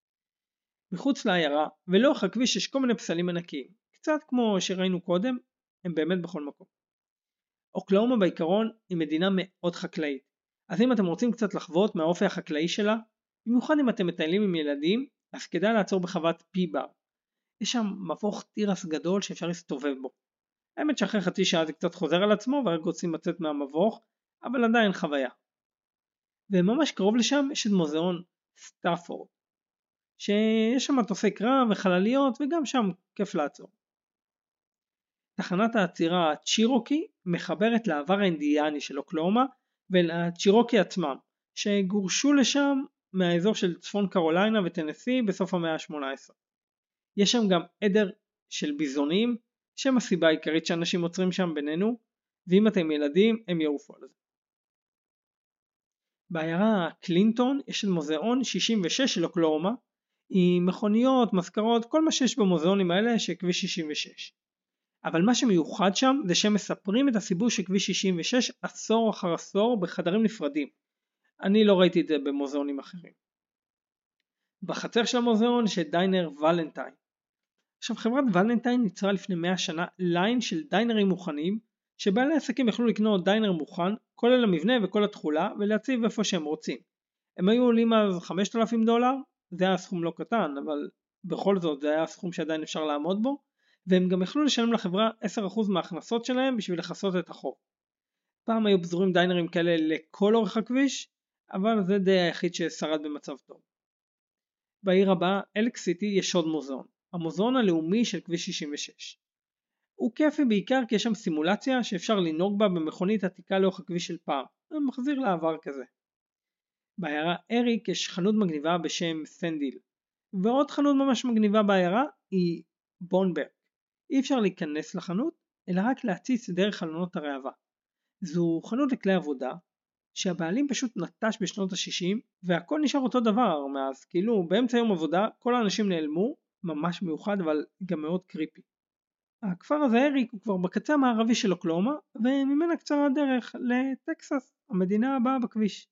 מחוץ לעיירה, ולאורך הכביש יש כל מיני פסלים ענקיים, קצת כמו שראינו קודם, הם באמת בכל מקום. אוקלאומה בעיקרון היא מדינה מאוד חקלאית, אז אם אתם רוצים קצת לחוות מהאופי החקלאי שלה, במיוחד אם אתם מטיילים עם ילדים, אז כדאי לעצור בחוות פי-בר. יש שם מבוך תירס גדול שאפשר להסתובב בו. האמת שאחרי חצי שעה זה קצת חוזר על עצמו ורק רוצים לצאת מהמבוך, אבל עדיין חוויה. וממש קרוב לשם יש את מוזיאון סטאפורד, שיש שם מטוסי קרב וחלליות וגם שם כיף לעצור. תחנת העצירה צ'ירוקי מחברת לעבר האינדיאני של אוקלאומה ולצ'ירוקי עצמם, שגורשו לשם מהאזור של צפון קרוליינה וטנסי בסוף המאה ה-שמונה עשרה. יש שם גם עדר של ביזונים, שם הסיבה העיקרית שאנשים עוצרים שם בינינו, ואם אתם ילדים הם יעופו על זה. בעיירה קלינטון יש את מוזיאון שישים ושש של אוקלהומה, עם מכוניות, מזכרות, כל מה שיש במוזיאונים האלה של כביש שישים ושש. אבל מה שמיוחד שם זה שהם מספרים את הסיפור של כביש שישים ושש עשור אחר עשור בחדרים נפרדים. אני לא ראיתי את זה במוזיאונים אחרים. בחצר של המוזיאון יש דיינר ולנטיין. עכשיו חברת ולנטיין ייצרה לפני מאה שנה ליין של דיינרים מוכנים, שבעלי עסקים יכלו לקנות דיינר מוכן, כולל המבנה וכל התכולה, ולהציב איפה שהם רוצים. הם היו עולים אז חמשת אלפים דולר, זה היה סכום לא קטן, אבל בכל זאת זה היה סכום שעדיין אפשר לעמוד בו, והם גם יכלו לשלם לחברה עשרה אחוז מההכנסות שלהם בשביל לכסות את החוב. פעם היו פזורים דיינרים כאלה לכל אורך הכביש, אבל זה די היחיד ששרד במצב טוב. בעיר הבאה, אלק סיטי, יש עוד מוזיאון, המוזיאון הלאומי של כביש שישים ושש. הוא כיפי בעיקר כי יש שם סימולציה שאפשר לנהוג בה במכונית עתיקה לאורך הכביש של פעם, מחזיר לעבר כזה. בעיירה אריק יש חנות מגניבה בשם סנדיל, ועוד חנות ממש מגניבה בעיירה היא בונברג. אי אפשר להיכנס לחנות, אלא רק להציץ דרך חלונות הראווה. זו חנות לכלי עבודה, שהבעלים פשוט נטש בשנות ה-שישים, והכל נשאר אותו דבר מאז, כאילו באמצע יום עבודה כל האנשים נעלמו, ממש מיוחד אבל גם מאוד קריפי. הכפר הזה אריק הוא כבר בקצה המערבי של אוקלהומה, וממנה קצרה הדרך לטקסס, המדינה הבאה בכביש.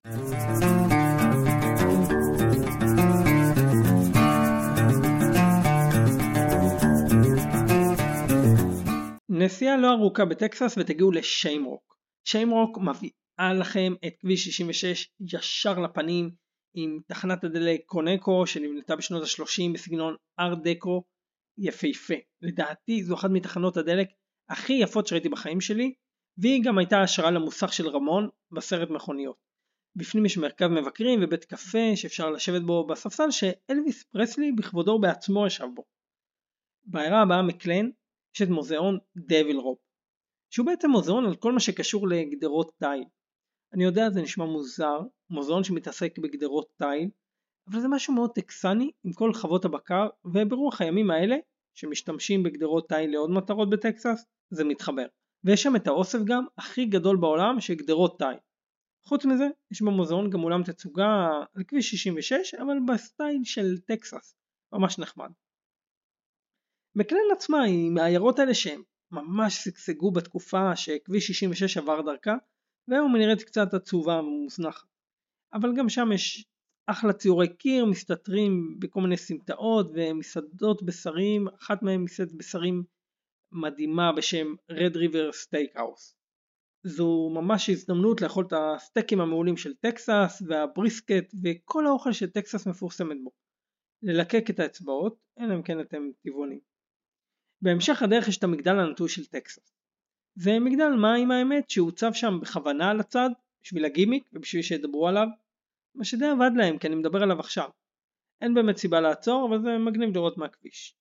נסיעה לא ארוכה בטקסס ותגיעו לשיימרוק. שיימרוק מביאה לכם את כביש שישים ושש ישר לפנים, עם תחנת הדלק קונקו שנבנתה בשנות ה-שלושים בסגנון ארט דקו יפהפה. לדעתי זו אחת מתחנות הדלק הכי יפות שראיתי בחיים שלי, והיא גם הייתה השראה למוסך של רמון בסרט מכוניות. בפנים יש מרכז מבקרים ובית קפה שאפשר לשבת בו בספסל שאלוויס פרסלי בכבודו בעצמו ישב בו. בעיירה הבאה מקלן יש את מוזיאון דביל רופ, שהוא בעצם מוזיאון על כל מה שקשור לגדרות תיל. אני יודע זה נשמע מוזר, מוזיאון שמתעסק בגדרות תיל, אבל זה משהו מאוד טקסני עם כל חוות הבקר, וברוח הימים האלה שמשתמשים בגדרות תיל לעוד מטרות בטקסס, זה מתחבר. ויש שם את האוסף גם הכי גדול בעולם של גדרות תיל. חוץ מזה יש במוזיאון גם אולם תצוגה על כביש שישים ושש, אבל בסטייל של טקסס, ממש נחמד. מקלן עצמה היא מהעיירות האלה שהם ממש סגסגו בתקופה שכביש שישים ושש עבר דרכה, והיום היא נראית קצת עצובה ומוזנחת. אבל גם שם יש אחלה ציורי קיר, מסתתרים בכל מיני סמטאות ומסעדות בשרים, אחת מהן מסעדת בשרים מדהימה בשם Red River Steakhouse. זו ממש הזדמנות לאכול את הסטייקים המעולים של טקסס והבריסקט וכל האוכל שטקסס מפורסמת בו. ללקק את האצבעות, אלא אם כן אתם טבעונים. בהמשך הדרך יש את המגדל הנטוש של טקסס. זה מגדל מים האמת שהוצב שם בכוונה על הצד, בשביל הגימיק ובשביל שידברו עליו, מה שדי עבד להם כי אני מדבר עליו עכשיו. אין באמת סיבה לעצור, אבל זה מגניב לראות מהכביש.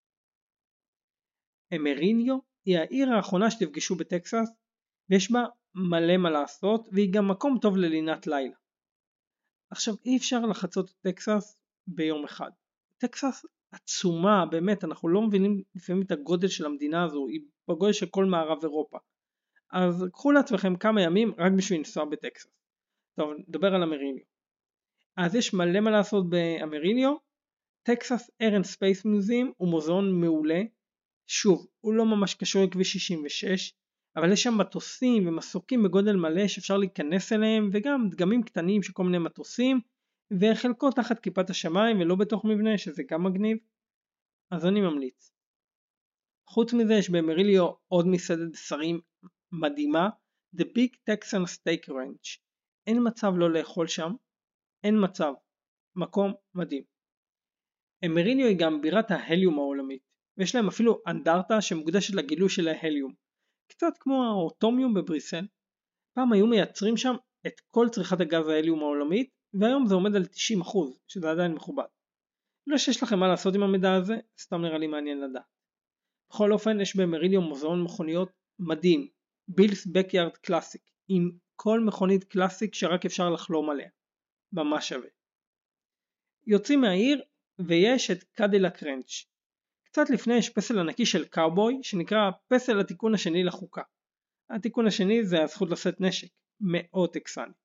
אמריניו היא העיר האחרונה שתפגשו בטקסס, ויש בה מלא מה לעשות, והיא גם מקום טוב ללינת לילה. עכשיו אי אפשר לחצות את טקסס ביום אחד. טקסס עצומה, באמת, אנחנו לא מבינים לפעמים את הגודל של המדינה הזו, היא בגודל של כל מערב אירופה. אז קחו לעצמכם כמה ימים רק בשביל לנסוע בטקסס. טוב, נדבר על אמריניו. אז יש מלא מה לעשות באמריניו. טקסס אייר אנד ספייס מיוזיאום הוא מוזיאון מעולה. שוב, הוא לא ממש קשור לכביש שישים ושש, אבל יש שם מטוסים ומסוקים בגודל מלא שאפשר להיכנס אליהם, וגם דגמים קטנים של כל מיני מטוסים, וחלקו תחת כיפת השמיים ולא בתוך מבנה, שזה גם מגניב. אז אני ממליץ. חוץ מזה יש באמריניו עוד מסעדת בשרים מדהימה, The Big Texan Steak Ranch. אין מצב לא לאכול שם, אין מצב, מקום מדהים. אמריניו היא גם בירת ההליום העולמית, ויש להם אפילו אנדרטה שמוקדשת לגילוי של ההליום, קצת כמו האוטומיום בבריסל. פעם היו מייצרים שם את כל צריכת הגז ההליום העולמית, והיום זה עומד על תשעים אחוז, שזה עדיין מכובד. לא שיש לכם מה לעשות עם המידע הזה, סתם נראה לי מעניין לדעת. בכל אופן יש באמריניו מוזיאון מכוניות מדהים, בילס בקיארד קלאסיק, עם כל מכונית קלאסיק שרק אפשר לחלום עליה. ממש שווה. יוצאים מהעיר ויש את קדילק רנץ'. קצת לפני יש פסל ענקי של קאובוי שנקרא פסל התיקון השני לחוקה. התיקון השני זה הזכות לשאת נשק, מאוד טקסני.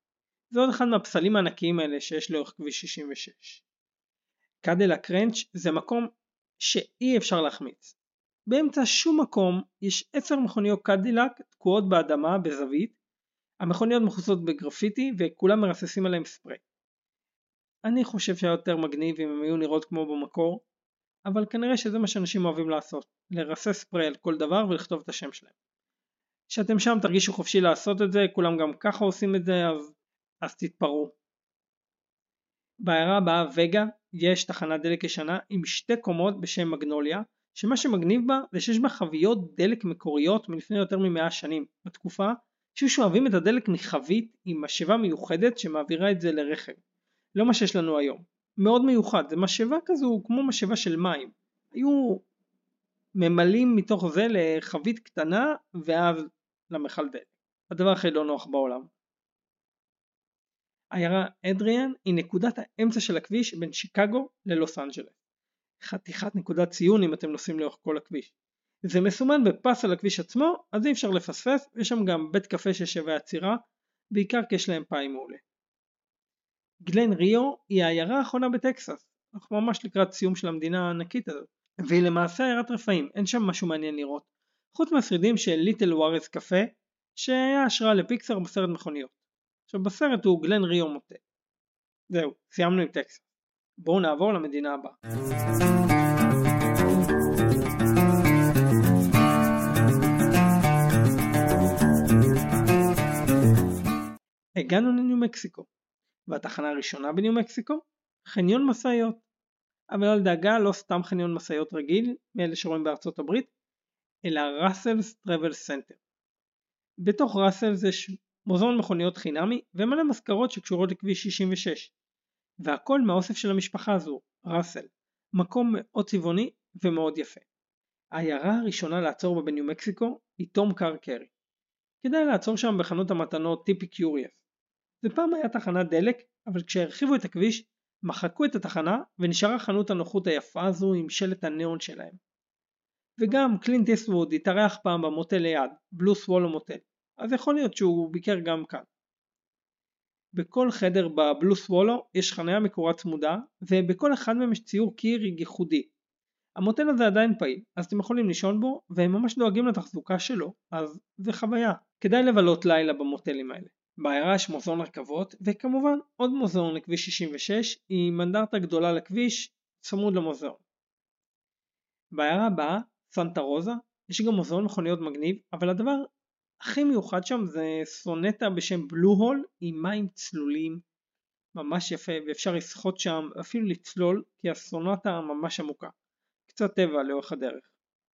זה עוד אחד מהפסלים הענקיים האלה שיש לאורך כביש שישים ושש. קדילק רנץ' זה מקום שאי אפשר להחמיץ. באמצע שום מקום יש עשר מכוניות קדילק תקועות באדמה בזווית, המכוניות מכוסות בגרפיטי וכולם מרססים עליהם ספרי. אני חושב שהיה יותר מגניב אם הם היו נראות כמו במקור, אבל כנראה שזה מה שאנשים אוהבים לעשות, לרסס ספרי על כל דבר ולכתוב את השם שלהם. כשאתם שם תרגישו חופשי לעשות את זה, כולם גם ככה עושים את זה, אז, אז תתפרו. בעיירה הבאה וגה יש תחנת דלק ישנה עם שתי קומות בשם מגנוליה, שמה שמגניב בה זה שיש בה חביות דלק מקוריות מלפני יותר ממאה שנים, בתקופה שהיו שואבים את הדלק מחבית עם משאבה מיוחדת שמעבירה את זה לרכב. לא מה שיש לנו היום. מאוד מיוחד, זה משאבה כזו כמו משאבה של מים. היו ממלאים מתוך זה לחבית קטנה ואז למכל דלק. הדבר הכי לא נוח בעולם. העיירה אדריאן היא נקודת האמצע של הכביש בין שיקגו ללוס אנג'לס. חתיכת נקודת ציון אם אתם נוסעים לאורך כל הכביש. זה מסומן בפס על הכביש עצמו, אז אי אפשר לפספס, יש שם גם בית קפה ששווה עצירה, בעיקר כי יש להם פאי מעולה. גלן ריו היא העיירה האחרונה בטקסס, אנחנו ממש לקראת סיום של המדינה הענקית הזאת, והיא למעשה עיירת רפאים, אין שם משהו מעניין לראות, חוץ מהשרידים של ליטל ווארז קפה, שהיה השראה לפיקסר בסרט מכוניות. עכשיו בסרט הוא גלן ריו מוטה. זהו, סיימנו עם טקסס. בואו נעבור למדינה הבאה. הגענו לניו מקסיקו, והתחנה הראשונה בניו מקסיקו, חניון מסעיות. אבל על דאגה לא סתם חניון מסעיות רגיל, מאלה שרואים בארצות הברית, אלא ראסלס טראבל סנטר. בתוך ראסלס יש מוזיאון מכוניות חינמי ומלא מזכרות שקשורות לכביש שישים ושש. והכל מהאוסף של המשפחה הזו, ראסל, מקום מאוד צבעוני ומאוד יפה. העיירה הראשונה לעצור בה בניו מקסיקו היא תום קאר קרי. כדאי לעצור שם בחנות המתנות טיפי קיוריאס. זה פעם היה תחנת דלק, אבל כשהרחיבו את הכביש, מחקו את התחנה ונשארה חנות הנוחות היפה הזו עם שלט הניאון שלהם. וגם קלינט איסטווד התארח פעם במוטל ליד, בלו סוולו מוטל, אז יכול להיות שהוא ביקר גם כאן. בכל חדר בבלו סוולו יש חניה מקורה צמודה, ובכל אחד מהם יש ציור קיר ייחודי. המוטל הזה עדיין פעיל, אז אתם יכולים לישון בו, והם ממש דואגים לתחזוקה שלו, אז זה חוויה. כדאי לבלות לילה במוטלים האלה. בעיירה יש מוזיאון רכבות, וכמובן עוד מוזיאון לכביש שישים ושש, עם אנדרטה גדולה לכביש, צמוד למוזיאון. בעיירה הבאה, סנטה רוזה, יש גם מוזיאון מכוניות מגניב, אבל הדבר הכי מיוחד שם זה סונטה בשם בלו הול, עם מים צלולים, ממש יפה, ואפשר לשחות שם, אפילו לצלול, כי הסונטה ממש עמוקה. קצת טבע לאורך הדרך.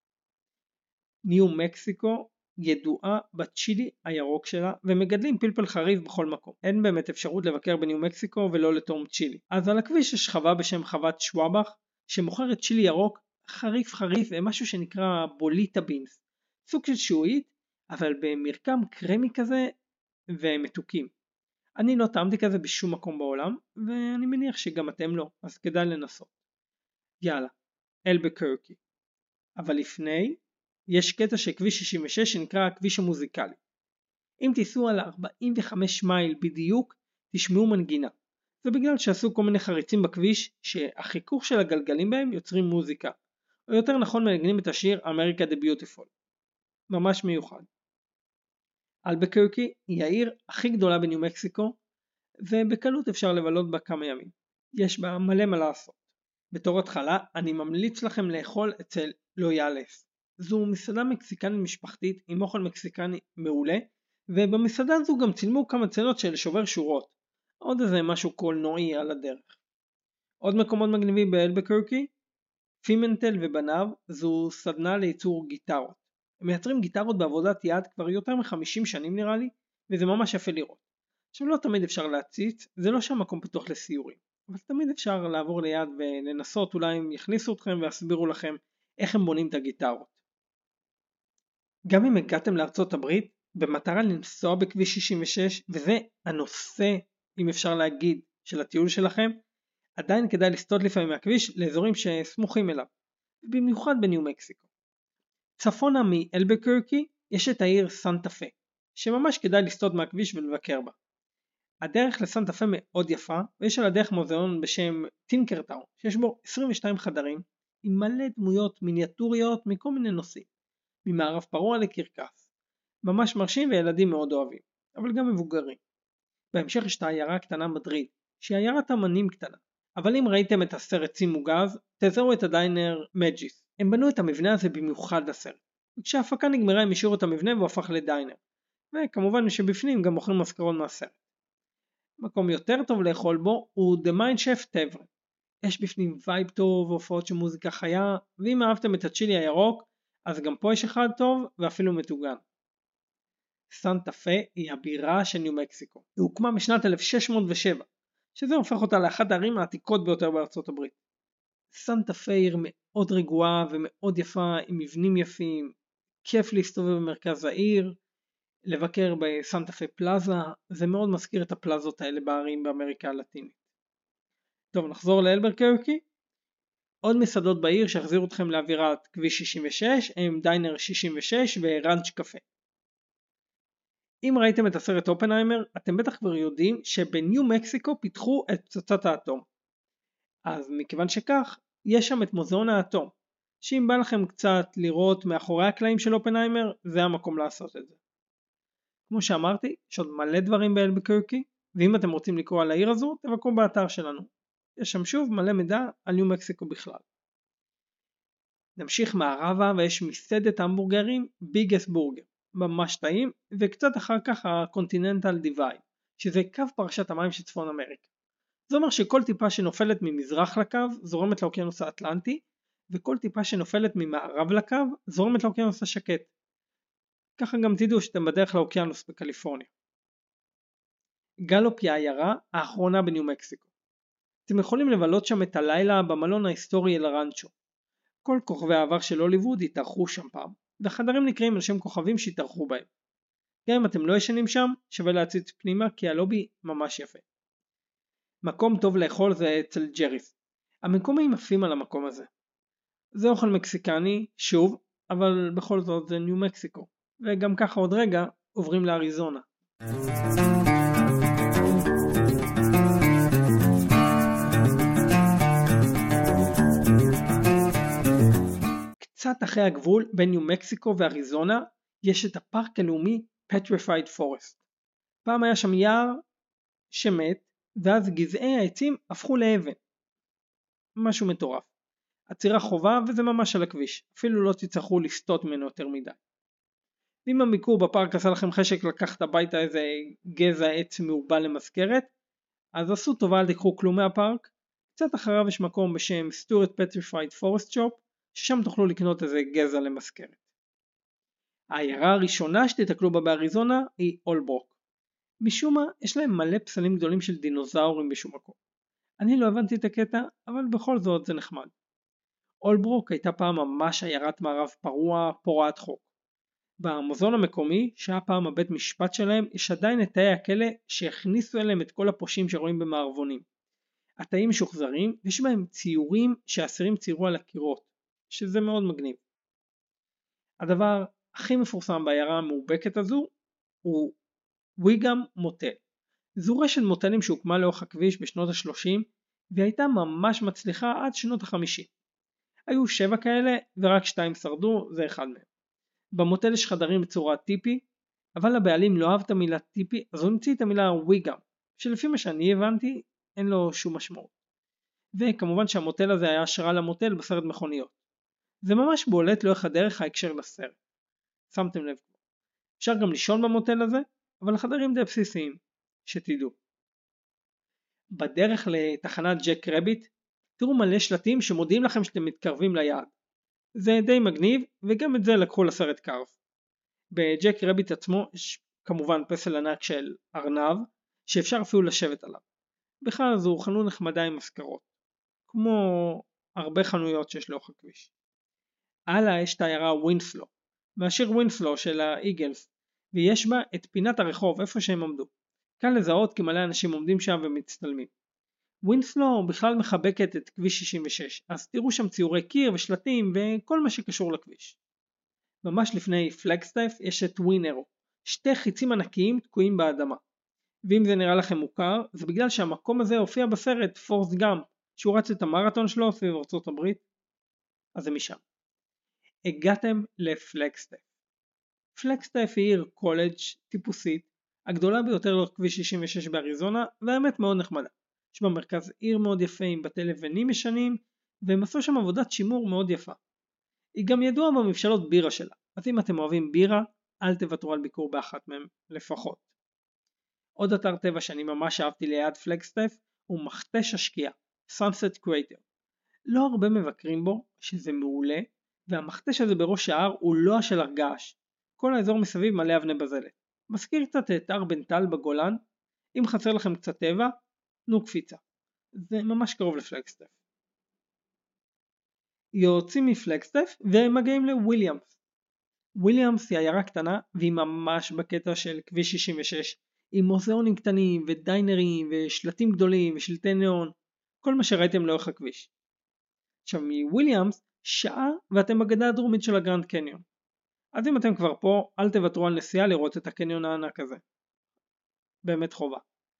ניו מקסיקו ידועה בצ'ילי הירוק שלה, ומגדלים פלפל חריף בכל מקום. אין באמת אפשרות לבקר בניו מקסיקו ולא לתום צ'ילי. אז על הכביש יש חווה בשם חוות שוואבך, שמוכרת צ'ילי ירוק חריף חריף ומשהו שנקרא בוליטה בינס. סוג של שועית, אבל במרקם קרמי כזה ומתוקים. אני לא טעמתי כזה בשום מקום בעולם, ואני מניח שגם אתם לא, אז כדאי לנסות. יאללה, אלבקרקי. אבל לפני, יש קטע של כביש שישים ושש שנקרא הכביש המוזיקלי. אם תיסעו על ארבעים וחמש מייל בדיוק, תשמעו מנגינה. זה בגלל שעשו כל מיני חריצים בכביש שהחיכוך של הגלגלים בהם יוצרים מוזיקה. או יותר נכון מנגנים את השיר America the Beautiful. ממש מיוחד. אלבקרקי היא העיר הכי גדולה בניו מקסיקו, ובקלות אפשר לבלות בה כמה ימים. יש בה מלא מה לעשות. בתור התחלה אני ממליץ לכם לאכול אצל לויאלס. זו מסעדה מקסיקנית משפחתית עם אוכל מקסיקני מעולה, ובמסעדה זו גם צילמו כמה צנות של שובר שורות. עוד איזה משהו קולנועי על הדרך. עוד מקומות מגניבים באלבקרקי, פימנטל ובניו זו סדנה לייצור גיטרות. הם מייצרים גיטרות בעבודת יד כבר יותר מ-חמישים שנים נראה לי, וזה ממש יפה לראות. עכשיו לא תמיד אפשר להציץ, זה לא שם מקום פתוח לסיורים, אבל תמיד אפשר לעבור ליד ולנסות, אולי הם יכניסו אתכם ויסבירו לכם איך הם בונים את הגיטרות. גם אם הגעתם לארצות הברית, במטרה לנסוע בכביש שישים ושש, וזה הנושא, אם אפשר להגיד, של הטיול שלכם, עדיין כדאי לסטות לפעמים מהכביש לאזורים שסמוכים אליו, במיוחד בניו מקסיקו. צפונה מאלבקרקי יש את העיר סנטה פה, שממש כדאי לסטות מהכביש ולבקר בה. הדרך לסנטה פה מאוד יפה, ויש על הדרך מוזיאון בשם טינקרטאון, שיש בו עשרים ושתיים חדרים, עם מלא דמויות מיניאטוריות מכל מיני נושאים, ממערב פרוע לקרקס. ממש מרשים וילדים מאוד אוהבים, אבל גם מבוגרים. בהמשך יש את העיירה הקטנה מדריד, שהיא עיירת אמנים קטנה. אבל אם ראיתם את הסרט צי מוגז, תזהו את הדיינר מג'יס. הם בנו את המבנה הזה במיוחד לסרט. וכשההפקה נגמרה הם השאירו את המבנה והוא הפך לדיינר. וכמובן שבפנים גם מוכרים מזכרות מהסרט. מקום יותר טוב לאכול בו הוא The Mind Chef Tavern. יש בפנים וייב טוב והופעות של מוזיקה חיה, ואם אהבתם את הצ'ילי הירוק, אז גם פה יש אחד טוב ואפילו מטוגן. סנטה פה היא הבירה של ניו מקסיקו. היא הוקמה בשנת אלף שש מאות ושבע, שזה הופך אותה לאחת הערים העתיקות ביותר בארצות הברית. סנטה פה היא עיר מאוד רגועה ומאוד יפה, עם מבנים יפים, כיף להסתובב במרכז העיר, לבקר בסנטה פה פלאזה, זה מאוד מזכיר את הפלאזות האלה בערים באמריקה הלטינית. טוב, נחזור לאלברקרקי. עוד מסעדות בעיר שהחזירו אתכם לאווירת כביש שישים ושש הם דיינר שישים ושש וראנץ' קפה. אם ראיתם את הסרט אופנהיימר, אתם בטח כבר יודעים שבניו מקסיקו פיתחו את פצצת האטום. אז מכיוון שכך, יש שם את מוזיאון האטום, שאם בא לכם קצת לראות מאחורי הקלעים של אופנהיימר, זה המקום לעשות את זה. כמו שאמרתי, יש עוד מלא דברים באלבקרקי, ואם אתם רוצים לקרוא על העיר הזו, תבקרו באתר שלנו. יש שם שוב מלא מידע על ניו מקסיקו בכלל. נמשיך מערבה ויש מסעדת המבורגרים ביגסט בורגר. ממש טעים, וקצת אחר כך הקונטיננטל דיווייד, שזה קו פרשת המים של צפון אמריקה. זה אומר שכל טיפה שנופלת ממזרח לקו זורמת לאוקיינוס האטלנטי, וכל טיפה שנופלת ממערב לקו זורמת לאוקיינוס השקט. ככה גם תדעו שאתם בדרך לאוקיינוס בקליפורניה. גלופ היא העיירה האחרונה בניו מקסיקו. אתם יכולים לבלות שם את הלילה במלון ההיסטורי אל הרנצ'ו. כל כוכבי העבר של הוליווד התארחו שם פעם. והחדרים נקראים על שם כוכבים שהתארחו בהם. גם אם אתם לא ישנים שם, שווה להציץ פנימה כי הלובי ממש יפה. מקום טוב לאכול זה אצל ג'ריס. המקומיים עפים על המקום הזה. זה אוכל מקסיקני, שוב, אבל בכל זאת זה ניו מקסיקו. וגם ככה עוד רגע עוברים לאריזונה. קצת אחרי הגבול בין ניו מקסיקו ואריזונה יש את הפארק הלאומי Petrified Forest. פעם היה שם יער שמת ואז גזעי העצים הפכו לאבן. משהו מטורף. עצירה חובה וזה ממש על הכביש, אפילו לא תצטרכו לסטות ממנו יותר מדי. אם הביקור בפארק עשה לכם חשק לקחת הביתה איזה גזע עץ מעובל למזכרת, אז עשו טובה אל תיקחו כלום מהפארק. קצת אחריו יש מקום בשם Stuart Petrified Forest Shop, ששם תוכלו לקנות איזה גזע למזכרת. העיירה הראשונה שתתקלו בה באריזונה היא אולברוק. משום מה יש להם מלא פסלים גדולים של דינוזאורים בשום מקום. אני לא הבנתי את הקטע, אבל בכל זאת זה נחמד. אולברוק הייתה פעם ממש עיירת מערב פרוע, פורעת חוק. במוזיאון המקומי, שהיה פעם הבית משפט שלהם, יש עדיין את תאי הכלא שהכניסו אליהם את כל הפושעים שרואים במערבונים. התאים משוחזרים, ויש בהם ציורים שהאסירים ציירו על הקירות, שזה מאוד מגניב. הדבר הכי מפורסם בעיירה המאובקת הזו הוא ויגם מוטל. זו רשת מוטלים שהוקמה לאורך הכביש בשנות ה-שלושים, והייתה ממש מצליחה עד שנות ה-חמישים. היו שבע כאלה ורק שתיים שרדו, זה אחד מהם. במוטל יש חדרים בצורה טיפי, אבל הבעלים לא אהב את המילה טיפי, אז הוא המציא את המילה ויגם, שלפי מה שאני הבנתי אין לו שום משמעות. וכמובן שהמוטל הזה היה השראה למוטל בסרט מכוניות. זה ממש בולט לאורך הדרך ההקשר לסרט. שמתם לב. אפשר גם לישון במוטל הזה, אבל החדרים די בסיסיים, שתדעו. בדרך לתחנת ג'ק רביט, תראו מלא שלטים שמודיעים לכם שאתם מתקרבים ליעד. זה די מגניב, וגם את זה לקחו לסרט קארס. בג'ק רביט עצמו יש כמובן פסל ענק של ארנב, שאפשר אפילו לשבת עליו. בכלל זו חנות נחמדה עם מזכרות, כמו הרבה חנויות שיש לאורך הכביש. הלאה יש את העיירה ווינסלו, מהשיר ווינסלו של האיגלס, ויש בה את פינת הרחוב איפה שהם עמדו. קל לזהות כי מלא אנשים עומדים שם ומצטלמים. ווינסלו בכלל מחבקת את כביש שישים ושש, אז תראו שם ציורי קיר ושלטים וכל מה שקשור לכביש. ממש לפני פלגסטייף יש את ווינרו, שתי חיצים ענקיים תקועים באדמה. ואם זה נראה לכם מוכר, זה בגלל שהמקום הזה הופיע בסרט פורסט גאמפ, שהוא רץ את המרתון שלו סביב ארצות הברית, אז זה משם. הגעתם לפלגסטף. פלגסטף היא עיר קולג' טיפוסית, הגדולה ביותר לאורך כביש שישים ושש באריזונה, והאמת מאוד נחמדה. יש בה מרכז עיר מאוד יפה עם בתי לבנים ישנים, והם עשו שם עבודת שימור מאוד יפה. היא גם ידועה במבשלות בירה שלה, אז אם אתם אוהבים בירה, אל תוותרו על ביקור באחת מהם לפחות. עוד אתר טבע שאני ממש אהבתי ליד פלגסטף, הוא מכתש השקיעה, Sunset Crater. לא הרבה מבקרים בו, שזה מעולה, והמכתש הזה בראש ההר הוא לא של הרגש. כל האזור מסביב מלא אבני בזלת. מזכיר קצת את הר בן טל בגולן. אם חסר לכם קצת טבע, תנו קפיצה. זה ממש קרוב לפלגסטף. יוצאים מפלגסטף ומגיעים לוויליאמס. וויליאמס היא עיירה קטנה והיא ממש בקטע של כביש שישים ושש, עם מוזיאונים קטנים ודיינרים ושלטים גדולים ושלטי ניאון, כל מה שראיתם לאורך הכביש. עכשיו מוויליאמס שעה ואתם בגדה הדרומית של הגרנד קניון. אז אם אתם כבר פה, אל תוותרו על נסיעה לראות את הקניון הענק הזה. באמת חובה.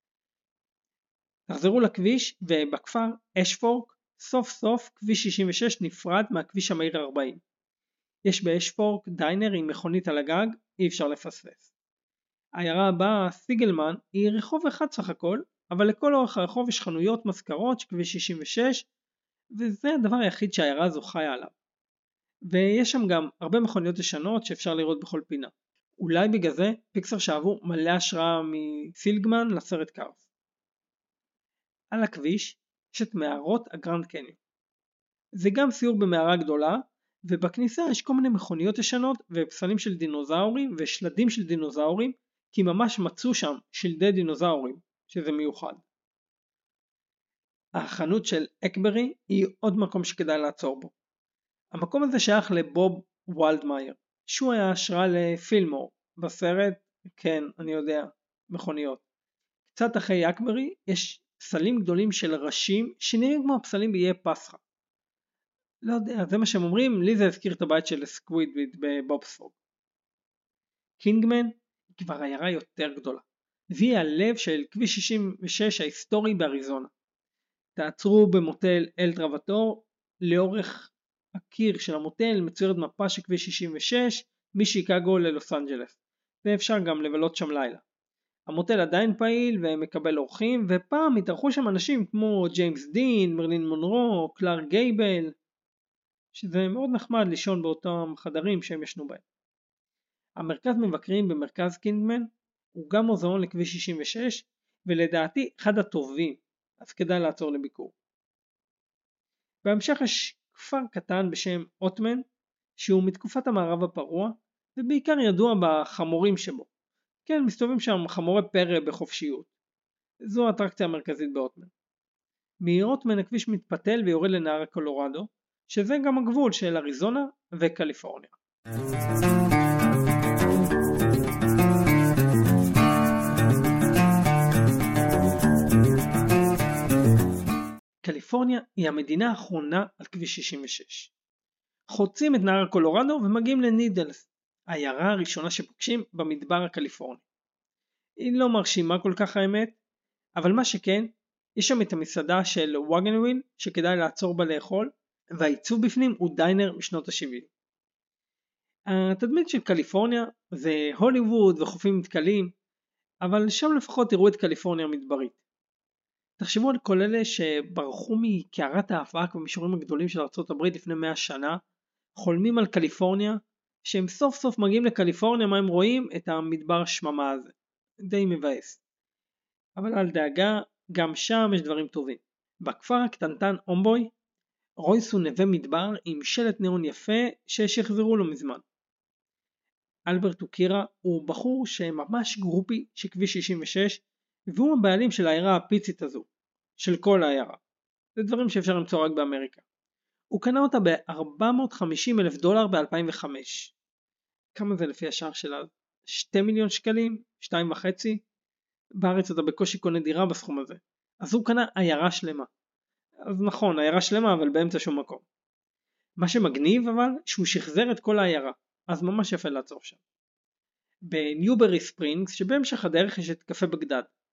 תחזרו לכביש, ובכפר אשפורק סוף סוף כביש שישים ושש נפרד מהכביש המהיר ארבעים. יש באשפורק דיינר עם מכונית על הגג, אי אפשר לפספס. העיירה הבאה, סיגלמן, היא רחוב אחד סך הכל, אבל לכל אורך הרחוב יש חנויות מזכרות של כביש שישים ושש, וזה הדבר היחיד שהעיירה הזו חיה עליו. ויש שם גם הרבה מכוניות ישנות שאפשר לראות בכל פינה. אולי בגלל זה פיקסר שאבו מלא השראה מסילגמן לסרט קארס. על הכביש יש את מערות הגרנד קניון. זה גם סיור במערה גדולה, ובכניסה יש כל מיני מכוניות ישנות ופסלים של דינוזאורים ושלדים של דינוזאורים, כי ממש מצאו שם שלדי דינוזאורים, שזה מיוחד. החנות של אקברי היא עוד מקום שכדאי לעצור בו. המקום הזה שייך לבוב וולדמייר, שהוא היה השראה לפילמור, בסרט, כן, אני יודע, מכוניות. קצת אחרי אקברי יש פסלים גדולים של ראשים שנראים כמו הפסלים באיי פסחא. לא יודע, זה מה שהם אומרים, לי זה הזכיר את הבית של סקווידוויד בבובספוג. קינגמן היא כבר עיירה יותר גדולה, והיא הלב של כביש שישים ושש ההיסטורי באריזונה. תעצרו במוטל אל טרבטור, לאורך הקיר של המוטל מצוירת מפה של כביש שישים ושש משיקגו ללוס אנג'לס, ואפשר גם לבלות שם לילה. המוטל עדיין פעיל ומקבל אורחים, ופעם התארחו שם אנשים כמו ג'יימס דין, מרלין מונרו, קלארק גייבל, שזה מאוד נחמד לישון באותם חדרים שהם ישנו בהם. המרכז מבקרים במרכז קינגמן הוא גם מוזיאון לכביש שישים ושש, ולדעתי אחד הטובים, אז כדאי לעצור לביקור. בהמשך יש כפר קטן בשם אוטמן, שהוא מתקופת המערב הפרוע, ובעיקר ידוע בחמורים שבו. כן, מסתובבים שם חמורי פרא בחופשיות. זו האטרקציה המרכזית באוטמן. מאוטמן הכביש מתפתל ויורד לנהר הקולורדו, שזה גם הגבול של אריזונה וקליפורניה. קליפורניה היא המדינה האחרונה על כביש שישים ושש. חוצים את נהר הקולורדו ומגיעים לנידלס, העיירה הראשונה שפוגשים במדבר הקליפורני. היא לא מרשימה כל כך האמת, אבל מה שכן, יש שם את המסעדה של ווגנוויל שכדאי לעצור בה לאכול, והעיצוב בפנים הוא דיינר משנות ה-שבעים. התדמית של קליפורניה זה הוליווד וחופים מתקלים, אבל שם לפחות תראו את קליפורניה המדברית. תחשבו על כל אלה שברחו מקערת האבק במישורים הגדולים של ארצות הברית לפני מאה שנה, חולמים על קליפורניה, שהם סוף סוף מגיעים לקליפורניה, מה הם רואים? את המדבר השממה הזה. די מבאס. אבל אל דאגה, גם שם יש דברים טובים. בכפר הקטנטן אומבוי, רויסו נווה מדבר עם שלט ניאון יפה ששחזרו לו מזמן. אלברט אוקירה הוא בחור שממש גרופי של כביש שישים ושש, והוא הבעלים של העיירה הפיצית הזו, של כל העיירה. זה דברים שאפשר למצוא רק באמריקה. הוא קנה אותה ב-ארבע מאות וחמישים אלף דולר ב-אלפיים וחמש. כמה זה לפי השער שלה? שני מיליון שקלים? שתיים וחצי? בארץ אתה בקושי קונה דירה בסכום הזה. אז הוא קנה עיירה שלמה. אז נכון, עיירה שלמה אבל באמצע שום מקום. מה שמגניב אבל, שהוא שחזר את כל העיירה. אז ממש יפה לעצור שם. בניוברי ספרינגס, שבהמשך הדרך יש את קפה בגדד.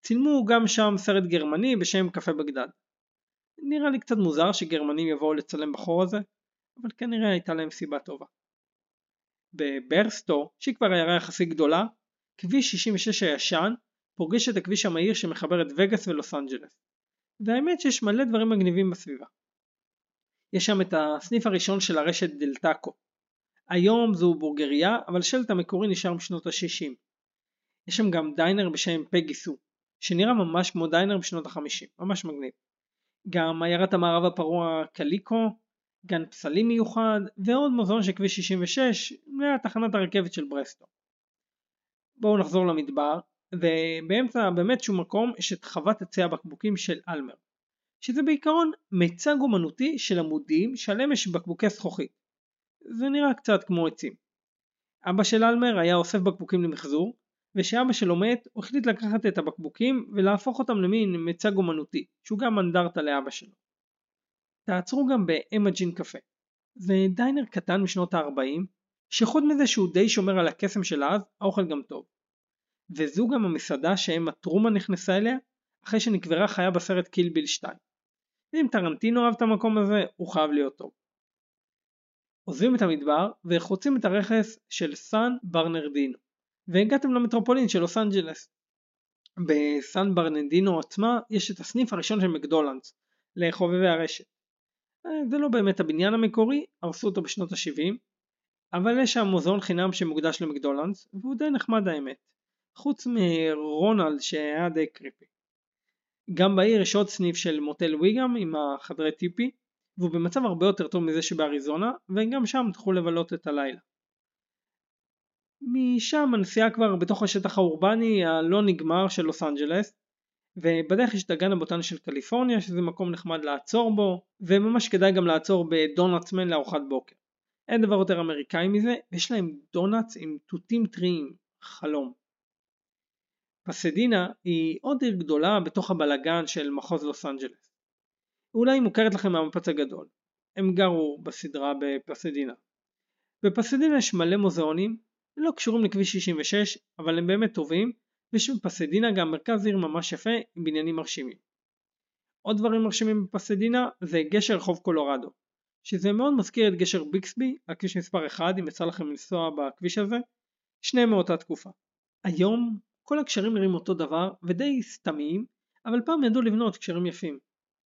צילמו גם שם סרט גרמני בשם קפה בגדד. נראה לי קצת מוזר שגרמנים יבואו לצלם בחור הזה, אבל כנראה הייתה להם סיבה טובה. בברסטו, שהיא כבר עיירה יחסית גדולה, כביש שישים ושש הישן פוגש את הכביש המהיר שמחבר את וגאס ולוס אנג'לס. והאמת שיש מלא דברים מגניבים בסביבה. יש שם את הסניף הראשון של הרשת דלטאקו. היום זו בורגריה, אבל השלט המקורי נשאר משנות ה-שישים. יש שם גם דיינר בשם פגיסו, שנראה ממש כמו דיינר בשנות ה-חמישים, ממש מגניב. גם עיירת המערב הפרוע קליקו, גן פסלים מיוחד, ועוד מוזיאון של כביש שישים ושש, לתחנת הרכבת של ברסטו. בואו נחזור למדבר, ובאמצע באמת שום מקום יש את חוות עצי הבקבוקים של אלמר, שזה בעיקרון מיצג אומנותי של עמודים שעליהם יש בקבוקי זכוכית. זה נראה קצת כמו עצים. אבא של אלמר היה אוסף בקבוקים למחזור, ושאבא שלו מת הוא החליט לקחת את הבקבוקים ולהפוך אותם למין מיצג אומנותי, שהוא גם אנדרטה לאבא שלו. תעצרו גם באמג'ין קפה. זה דיינר קטן משנות ה-ארבעים, שחוץ מזה שהוא די שומר על הקסם של אז, האוכל גם טוב. וזו גם המסעדה שאמה טרומן נכנסה אליה, אחרי שנקברה חיה בסרט קיל ביל שתיים. ואם טרנטינו אהב את המקום הזה, הוא חייב להיות טוב. עוזבים את המדבר וחוצים את הרכס של סן ברנרדינו, והגעתם למטרופולין של לוס אנג'לס. בסן ברנרדינו עצמה יש את הסניף הראשון של מקדונלדס, לחובבי הרשת. זה לא באמת הבניין המקורי, הרסו אותו בשנות ה-שבעים, אבל יש שם מוזיאון חינם שמוקדש למקדונלדס, והוא די נחמד האמת, חוץ מרונלד שהיה די קריפי. גם בעיר יש עוד סניף של מוטל ויגם עם החדרי טיפי, והוא במצב הרבה יותר טוב מזה שבאריזונה, וגם שם תוכלו לבלות את הלילה. משם הנסיעה כבר בתוך השטח האורבני הלא נגמר של לוס אנג'לס, ובדרך יש את הגן הבוטני של קליפורניה, שזה מקום נחמד לעצור בו, וממש כדאי גם לעצור בדונלדס מן לארוחת בוקר. אין דבר יותר אמריקאי מזה, ויש להם דונלדס עם תותים טריים, חלום. פסדינה היא עוד עיר גדולה בתוך הבלגן של מחוז לוס אנג'לס. אולי מוכרת לכם מהמפץ הגדול. הם גרו בסדרה בפסדינה. בפסדינה יש מלא מוזיאונים, לא קשורים לכביש שישים ושש, אבל הם באמת טובים, ויש בפסדינה גם מרכז עיר ממש יפה עם בניינים מרשימים. עוד דברים מרשימים בפסדינה זה גשר רחוב קולורדו, שזה מאוד מזכיר את גשר ביקסבי, הכביש מספר אחד, אם יצא לכם לנסוע בכביש הזה, שניהם מאותה תקופה. היום כל הקשרים נראים אותו דבר ודי סתמיים, אבל פעם ידעו לבנות קשרים יפים.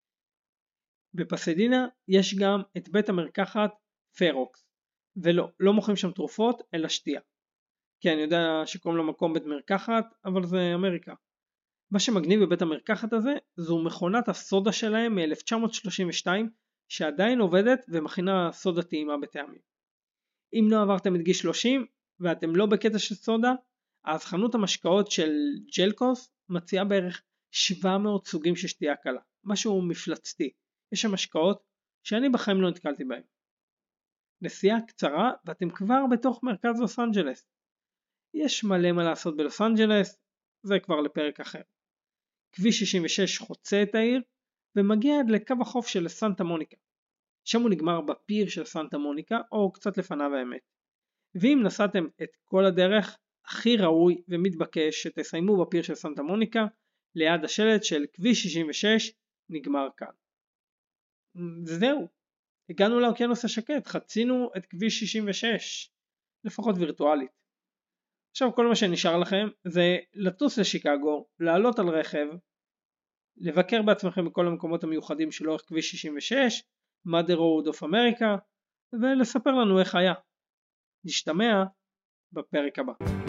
בפסדינה יש גם את בית המרקחת פרוקס, ולא, לא מוכרים שם תרופות אלא שתייה. כי אני יודע שקוראים למקום בית מרקחת, אבל זה אמריקה. מה שמגניב בבית המרקחת הזה, זו מכונת הסודה שלהם מ-אלף תשע מאות שלושים ושתיים, שעדיין עובדת ומכינה סודה טעימה בטעמים. אם לא עברתם את גיל שלושים, ואתם לא בקטע של סודה, אז חנות המשקאות של ג'לקוס מציעה בערך שבע מאות סוגים של שתייה קלה. משהו מפלצתי. יש שם משקאות שאני בחיים לא נתקלתי בהם. נסיעה קצרה ואתם כבר בתוך מרכז לוס אנג'לס. יש מלא מה לעשות בלוס אנג'לס, זה כבר לפרק אחר. כביש שישים ושש חוצה את העיר ומגיע עד לקו החוף של סנטה מוניקה. שם הוא נגמר בפיר של סנטה מוניקה או קצת לפניו האמת. ואם נסעתם את כל הדרך, הכי ראוי ומתבקש שתסיימו בפיר של סנטה מוניקה ליד השלט של כביש שישים ושש נגמר כאן. זהו, הגענו לאוקיינוס השקט, חצינו את כביש שישים ושש, לפחות וירטואלית. עכשיו כל מה שנשאר לכם זה לטוס לשיקגו, לעלות על רכב, לבקר בעצמכם בכל המקומות המיוחדים של אורך כביש שישים ושש, Mother Road of America, ולספר לנו איך היה. נשתמע בפרק הבא.